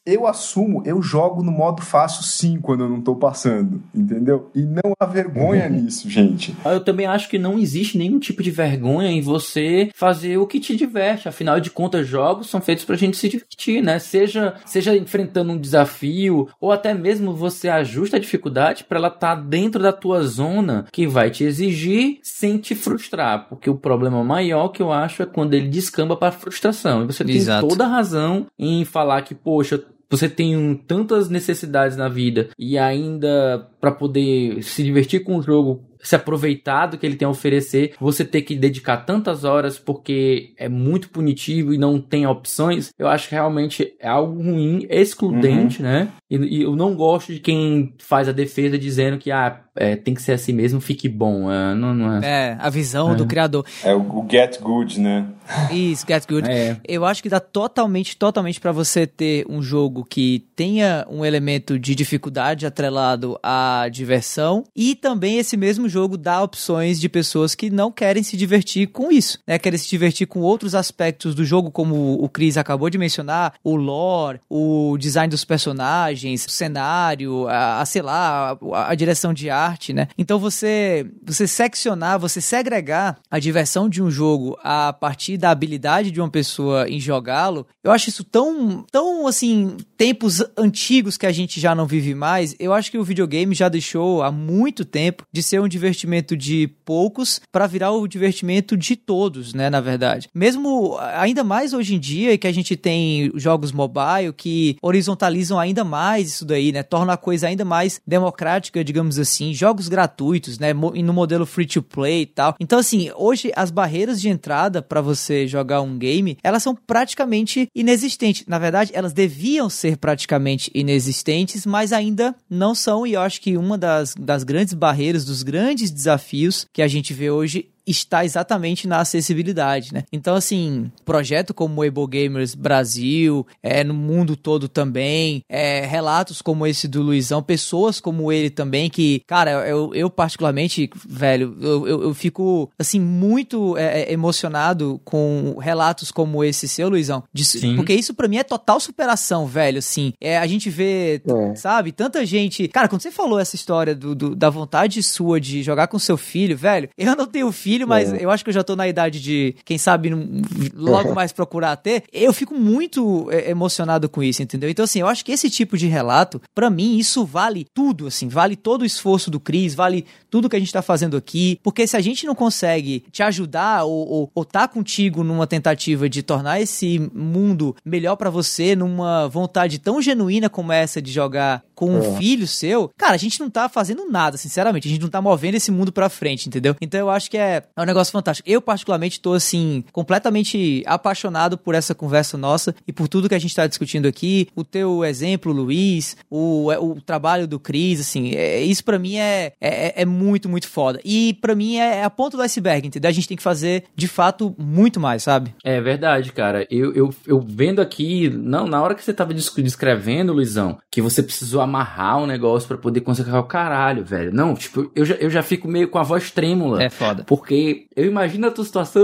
eu assumo, eu jogo no modo fácil sim quando eu não tô passando, entendeu? E não há vergonha nisso, gente. Eu também acho que não existe nenhum tipo de vergonha em você fazer o que te diverte. Afinal de contas, jogos são feitos pra gente se divertir, né? Seja, seja enfrentando um desafio, ou até mesmo você ajusta a dificuldade pra ela estar dentro da tua zona que vai te exigir sem te frustrar. Porque o problema maior que eu acho é quando ele descamba pra frustração. E você tem Exato. toda a razão em falar que, poxa, você tem um, tantas necessidades na vida e ainda para poder se divertir com o jogo, se aproveitar do que ele tem a oferecer, você ter que dedicar tantas horas porque é muito punitivo e não tem opções, eu acho que realmente é algo ruim, excludente, uhum. né? E, e eu não gosto de quem faz a defesa dizendo que ah, é, tem que ser assim mesmo, fique bom. É, não, não é. é, a visão é. do criador. É o, o get good, né? Isso, get good. É. Eu acho que dá totalmente, totalmente pra você ter um jogo que tenha um elemento de dificuldade atrelado à diversão e também esse mesmo jogo dá opções de pessoas que não querem se divertir com isso, né? Querem se divertir com outros aspectos do jogo, como o Chris acabou de mencionar, o lore, o design dos personagens, o cenário, a, a sei lá, a, a direção de arte, né? Então você, você seccionar, você segregar a diversão de um jogo a partir da habilidade de uma pessoa em jogá-lo, eu acho isso tão, tão, assim, tempos antigos que a gente já não vive mais. Eu acho que o videogame já deixou há muito tempo de ser um divertimento de poucos para virar o divertimento de todos, né, na verdade. Mesmo, ainda mais hoje em dia, que a gente tem jogos mobile que horizontalizam ainda mais isso daí, né, torna a coisa ainda mais democrática, digamos assim, jogos gratuitos, né, no modelo free to play e tal. Então, assim, hoje as barreiras de entrada para você jogar um game, elas são praticamente inexistentes. Na verdade, elas deviam ser praticamente inexistentes, mas ainda não são, e eu acho que uma das, das grandes barreiras, dos grandes desafios que a gente vê hoje está exatamente na acessibilidade, né? Então, assim, projeto como o Able Gamers Brasil, é, no mundo todo também, é, relatos como esse do Luizão, pessoas como ele também, que, cara, eu, eu particularmente, velho, eu, eu, eu fico, assim, muito é, emocionado com relatos como esse seu, Luizão, de, porque isso pra mim é total superação, velho, assim, é, a gente vê, é. sabe, tanta gente, cara, quando você falou essa história do, do, da vontade sua de jogar com seu filho, velho, eu não tenho filho, mas é. eu acho que eu já tô na idade de, quem sabe, logo mais procurar ter. Eu fico muito é, emocionado com isso, entendeu? Então, assim, eu acho que esse tipo de relato, pra mim, isso vale tudo, assim, vale todo o esforço do Chris, vale tudo que a gente tá fazendo aqui, porque se a gente não consegue te ajudar ou, ou, ou tá contigo numa tentativa de tornar esse mundo melhor pra você, numa vontade tão genuína como essa de jogar com um é. filho seu, cara, a gente não tá fazendo nada, sinceramente, a gente não tá movendo esse mundo pra frente, entendeu? Então eu acho que é É um negócio fantástico. Eu, particularmente, tô, assim, completamente apaixonado por essa conversa nossa e por tudo que a gente tá discutindo aqui. O teu exemplo, Luiz, o, o trabalho do Chris, assim, é, isso pra mim é, é, é muito, muito foda. E pra mim é a ponta do iceberg, entendeu? A gente tem que fazer, de fato, muito mais, sabe? É verdade, cara. Eu, eu, eu vendo aqui, não, na hora que você tava descrevendo, Luizão, que você precisou amarrar um negócio pra poder conseguir o caralho, velho. Não, tipo, eu já, eu já fico meio com a voz trêmula. É foda. Porque eu imagino a tua situação.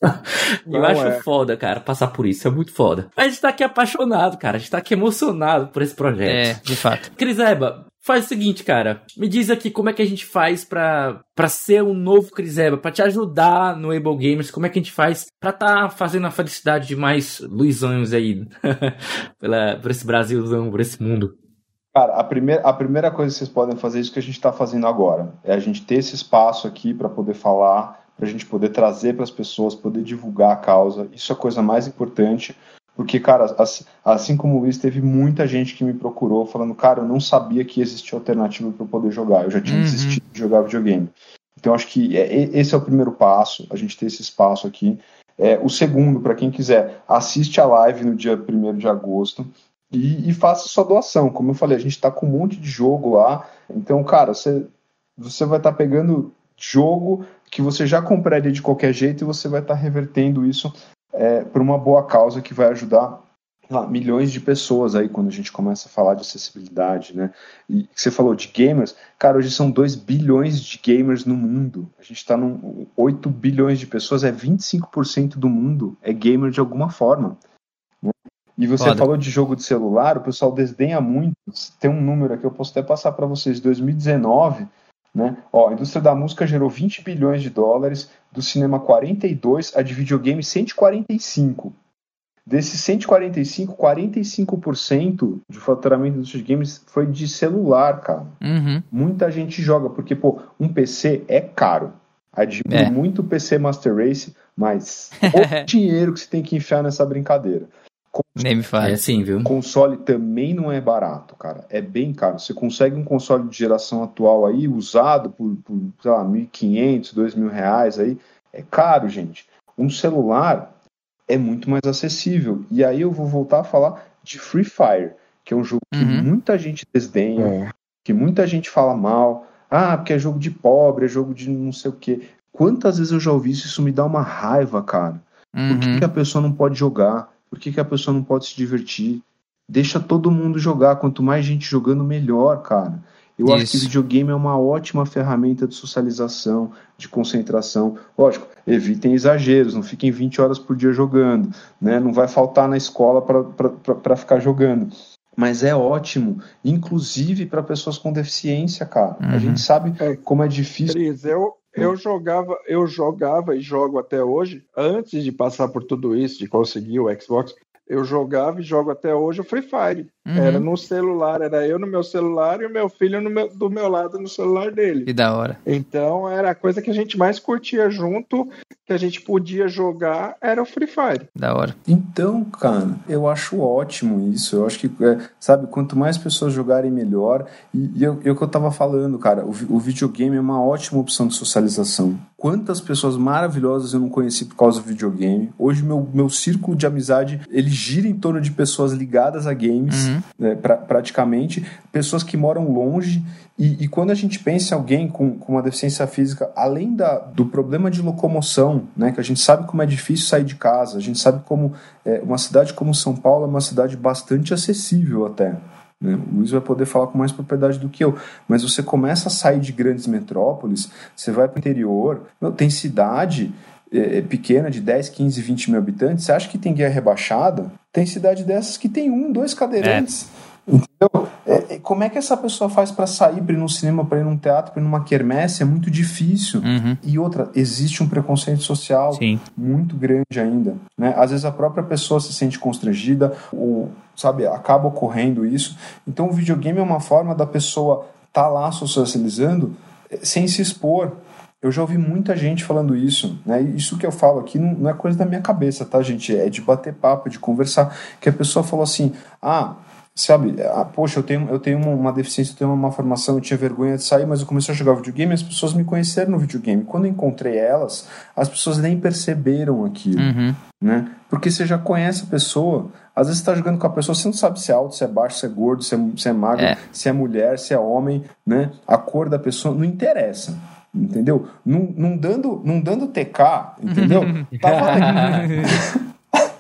Eu acho é. foda, cara, passar por isso. É muito foda. A gente tá aqui apaixonado, cara. A gente tá aqui emocionado por esse projeto. É, de fato. Criseba, faz o seguinte, cara. Me diz aqui como é que a gente faz pra, pra ser um novo Criseba, pra te ajudar no Able Gamers. Como é que a gente faz pra tá fazendo a felicidade de mais Luizões aí Pela, por esse Brasilzão, por esse mundo. Cara, a primeira, a primeira coisa que vocês podem fazer é isso que a gente está fazendo agora. É a gente ter esse espaço aqui para poder falar, para a gente poder trazer para as pessoas, poder divulgar a causa. Isso é a coisa mais importante, porque, cara, assim, assim como o Luiz, teve muita gente que me procurou falando, cara, eu não sabia que existia alternativa para eu poder jogar. Eu já tinha uhum. desistido de jogar videogame. Então, acho que é, esse é o primeiro passo, a gente ter esse espaço aqui. É, o segundo, para quem quiser, assiste a live no dia primeiro de agosto. E, e faça sua doação. Como eu falei, a gente está com um monte de jogo lá. Então, cara, você, você vai estar tá pegando jogo que você já compraria de qualquer jeito e você vai estar tá revertendo isso é, para uma boa causa que vai ajudar lá, milhões de pessoas aí quando a gente começa a falar de acessibilidade, né? E você falou de gamers, cara, hoje são dois bilhões de gamers no mundo. A gente está com oito bilhões de pessoas, é vinte e cinco por cento do mundo é gamer de alguma forma. E você Foda. falou de jogo de celular, o pessoal desdenha muito. Tem um número aqui, eu posso até passar para vocês, dois mil e dezenove, né? Ó, a indústria da música gerou vinte bilhões de dólares, do cinema quarenta e dois, a de videogame cento e quarenta e cinco. Desses cento e quarenta e cinco, quarenta e cinco por cento de faturamento da indústria de games foi de celular, cara. Uhum. Muita gente joga, porque, pô, um P C é caro. Admiro É. muito o P C Master Race, mas o dinheiro que você tem que enfiar nessa brincadeira. Nem me fala. É sim, viu? Console também não é barato, cara. É bem caro. Você consegue um console de geração atual aí, usado por, por sei lá, mil e quinhentos, dois mil reais aí. É caro, gente. Um celular é muito mais acessível. E aí eu vou voltar a falar de Free Fire, que é um jogo que Uhum. muita gente desdenha, É. que muita gente fala mal. Ah, porque é jogo de pobre, é jogo de não sei o quê. Quantas vezes eu já ouvi isso? Isso me dá uma raiva, cara. Por que, Uhum. que a pessoa não pode jogar? Por que, que a pessoa não pode se divertir? Deixa todo mundo jogar. Quanto mais gente jogando, melhor, cara. Eu acho que Isso. videogame é uma ótima ferramenta de socialização, de concentração. Lógico, evitem exageros, não fiquem vinte horas por dia jogando, né? Não vai faltar na escola para ficar jogando. Mas é ótimo, inclusive para pessoas com deficiência, cara. Uhum. A gente sabe É. como é difícil. Cris, eu, eu jogava, eu jogava e jogo até hoje, antes de passar por tudo isso, de conseguir o Xbox, eu jogava e jogo até hoje o Free Fire. Uhum. Era no celular, era eu no meu celular e o meu filho no meu, do meu lado no celular dele. Que da hora. Então era a coisa que a gente mais curtia junto, que a gente podia jogar, era o Free Fire. Da hora. Então, cara, eu acho ótimo isso. Eu acho que, é, sabe, quanto mais pessoas jogarem, melhor. E, e eu, eu que eu tava falando, cara, o, o videogame é uma ótima opção de socialização. Quantas pessoas maravilhosas eu não conheci por causa do videogame. Hoje, meu, meu círculo de amizade, ele gira em torno de pessoas ligadas a games, Uhum. né, pra, praticamente. Pessoas que moram longe. E, e quando a gente pensa em alguém com, com uma deficiência física, além da, do problema de locomoção, né, que a gente sabe como é difícil sair de casa, a gente sabe como é, uma cidade como São Paulo é uma cidade bastante acessível até. Né? O Luiz vai poder falar com mais propriedade do que eu, mas você começa a sair de grandes metrópoles, você vai para o interior, meu, tem cidade é, pequena de dez, quinze, vinte mil habitantes, você acha que tem guia rebaixada? Tem cidade dessas que tem um, dois cadeirantes. É. Entendeu? É, como é que essa pessoa faz para sair, para ir no cinema, para ir num teatro, para ir numa quermesse? É muito difícil. Uhum. E outra, existe um preconceito social Sim. muito grande ainda, né? Às vezes a própria pessoa se sente constrangida ou, sabe, acaba ocorrendo isso. Então o videogame é uma forma da pessoa estar tá lá socializando sem se expor. Eu já ouvi muita gente falando isso, né? Isso que eu falo aqui não, não é coisa da minha cabeça, tá, gente? É de bater papo, de conversar. Que a pessoa falou assim, ah... sabe, ah, poxa, eu tenho, eu tenho uma deficiência, eu tenho uma formação, eu tinha vergonha de sair, mas eu comecei a jogar videogame e as pessoas me conheceram no videogame. Quando eu encontrei elas, as pessoas nem perceberam aquilo, Uhum. né? Porque você já conhece a pessoa, às vezes você tá jogando com a pessoa, você não sabe se é alto, se é baixo, se é gordo, se é, se é magro, É. se é mulher, se é homem, né? A cor da pessoa não interessa. Entendeu? Não, não, dando, não dando T K, entendeu? Tá valendo.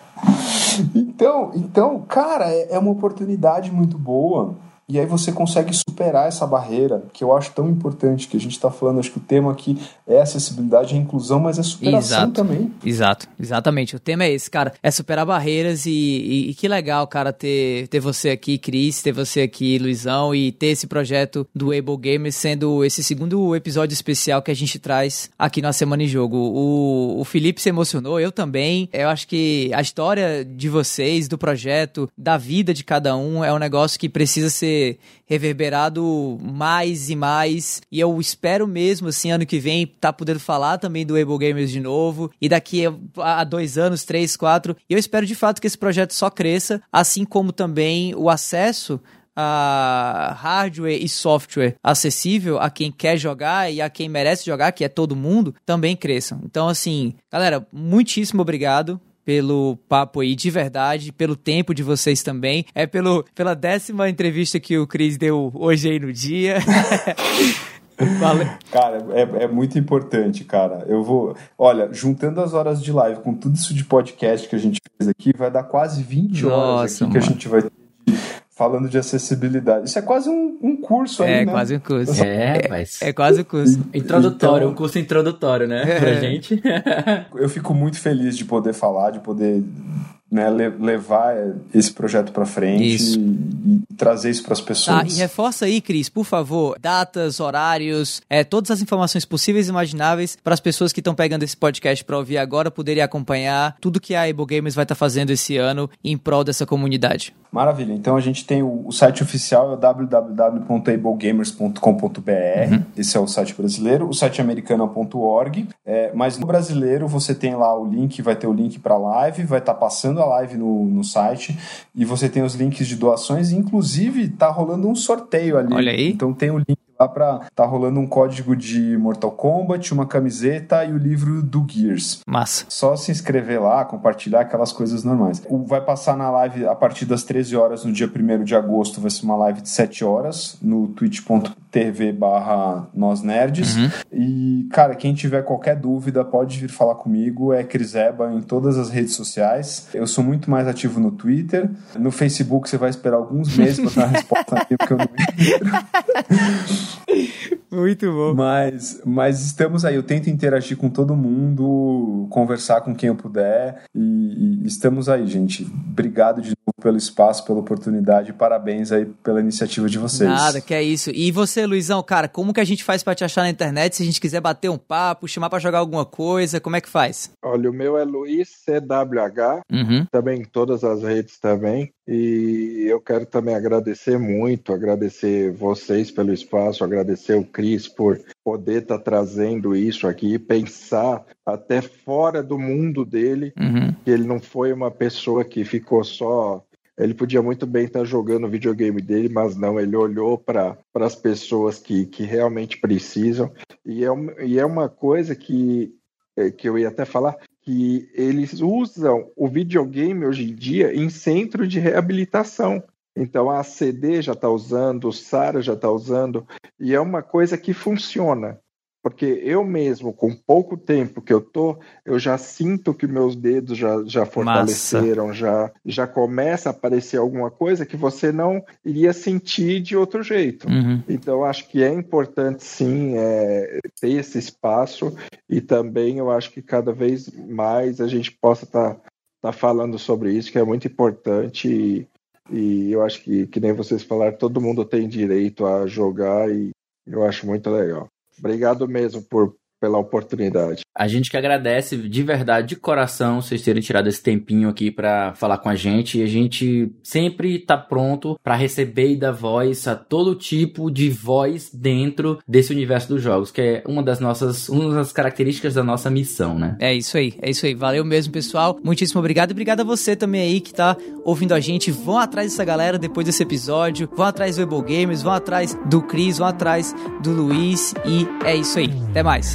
Então, então, cara, é, é uma oportunidade muito boa. E aí você consegue superar essa barreira, que eu acho tão importante, que a gente está falando, acho que o tema aqui é acessibilidade e inclusão, mas é superação Exato. também. Exato, exatamente. O tema é esse, cara. É superar barreiras e, e, e que legal, cara, ter, ter você aqui, Cris, ter você aqui, Luizão, e ter esse projeto do Able Gamers sendo esse segundo episódio especial que a gente traz aqui na Semana em Jogo. O, o Felipe se emocionou, eu também. Eu acho que a história de vocês, do projeto, da vida de cada um, é um negócio que precisa ser reverberado mais e mais, e eu espero mesmo, assim, ano que vem, tá podendo falar também do Able Gamers de novo, e daqui a dois anos, três, quatro, e eu espero de fato que esse projeto só cresça, assim como também o acesso a hardware e software acessível a quem quer jogar e a quem merece jogar, que é todo mundo, também cresçam. Então, assim, galera, muitíssimo obrigado pelo papo aí, de verdade, pelo tempo de vocês também. É pelo, pela décima entrevista que o Cris deu hoje aí no dia. Valeu. Cara, é, é muito importante, cara. Eu vou... Olha, juntando as horas de live com tudo isso de podcast que a gente fez aqui, vai dar quase vinte horas Nossa, aqui que mano. a gente vai ter falando de acessibilidade. Isso é quase um, um curso aí, É, né? quase um curso. É, mas... É quase um curso. Introdutório, Então- um curso introdutório, né? É. Pra gente. Eu fico muito feliz de poder falar, de poder né, le- levar esse projeto para frente e, e trazer isso para as pessoas. Tá, e reforça aí, Cris, por favor, datas, horários, é, todas as informações possíveis e imagináveis para as pessoas que estão pegando esse podcast para ouvir agora poderem acompanhar tudo que a Able Gamers vai estar tá fazendo esse ano em prol dessa comunidade. Maravilha, então a gente tem o, o site oficial, é o w w w ponto able gamers ponto com ponto b r, uhum. Esse é o site brasileiro, o site americano é o .org, é, mas no brasileiro você tem lá o link, vai ter o link para a live, vai estar tá passando a live no, no site, e você tem os links de doações, inclusive tá rolando um sorteio ali. Olha aí. Então tem o link lá pra tá rolando um código de Mortal Kombat, uma camiseta e o livro do Gears. Massa. Só se inscrever lá, compartilhar aquelas coisas normais. O, vai passar na live a partir das treze horas no dia primeiro de agosto, vai ser uma live de sete horas no twitch ponto t v barra nós nerds. Uhum. E, cara, quem tiver qualquer dúvida pode vir falar comigo, é Criseba em todas as redes sociais. Eu sou muito mais ativo no Twitter. No Facebook você vai esperar alguns meses pra dar a resposta aqui, porque eu não entro. Muito bom. Mas, mas estamos aí, eu tento interagir com todo mundo, conversar com quem eu puder e, e estamos aí, gente. Obrigado de novo pelo espaço, pela oportunidade, parabéns aí pela iniciativa de vocês. Nada, que é isso. E você, Luizão, cara, como que a gente faz pra te achar na internet se a gente quiser bater um papo, chamar pra jogar alguma coisa, como é que faz? Olha, o meu é Luiz C W H, uhum. Também em todas as redes também. E eu quero também agradecer muito, agradecer vocês pelo espaço, agradecer o Cris por poder estar tá trazendo isso aqui, pensar até fora do mundo dele, uhum. que ele não foi uma pessoa que ficou só... Ele podia muito bem estar tá jogando o videogame dele, mas não, ele olhou para as pessoas que, que realmente precisam. E é, um, e é uma coisa que, que eu ia até falar... que eles usam o videogame hoje em dia em centro de reabilitação. Então a A C D já está usando, o Sara já está usando, e é uma coisa que funciona. Porque eu mesmo, com pouco tempo que eu tô, eu já sinto que meus dedos já, já fortaleceram, já, já começa a aparecer alguma coisa que você não iria sentir de outro jeito. Uhum. Então, acho que é importante, sim, é, ter esse espaço e também eu acho que cada vez mais a gente possa estar tá, tá falando sobre isso, que é muito importante e, e eu acho que, que nem vocês falaram, todo mundo tem direito a jogar e eu acho muito legal. Obrigado mesmo por, pela oportunidade. A gente que agradece de verdade, de coração, vocês terem tirado esse tempinho aqui para falar com a gente. E a gente sempre tá pronto para receber e dar voz a todo tipo de voz dentro desse universo dos jogos, que é uma das nossas, uma das características da nossa missão, né? É isso aí, é isso aí. Valeu mesmo, pessoal. Muitíssimo obrigado. E obrigado a você também aí que tá ouvindo a gente. Vão atrás dessa galera depois desse episódio. Vão atrás do Able Gamers, vão atrás do Cris, vão atrás do Luiz. E é isso aí. Até mais.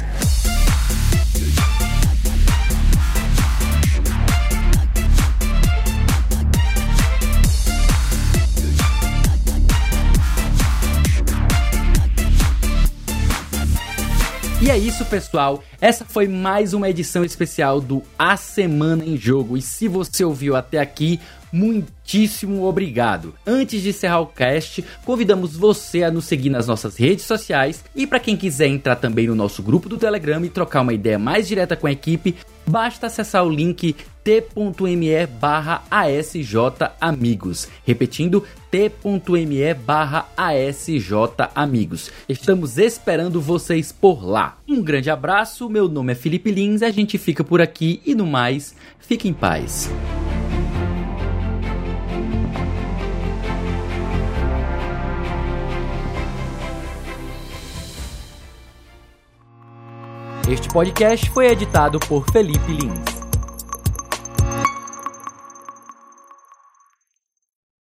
E é isso, pessoal. Essa foi mais uma edição especial do A Semana em Jogo. E se você ouviu até aqui, muitíssimo obrigado. Antes de encerrar o cast, convidamos você a nos seguir nas nossas redes sociais. E para quem quiser entrar também no nosso grupo do Telegram e trocar uma ideia mais direta com a equipe, basta acessar o link t.me barra asjamigos. Repetindo, t.me barra asjamigos. Estamos esperando vocês por lá. Um grande abraço, meu nome é Felipe Lins, a gente fica por aqui e no mais, fique em paz. Este podcast foi editado por Felipe Lins.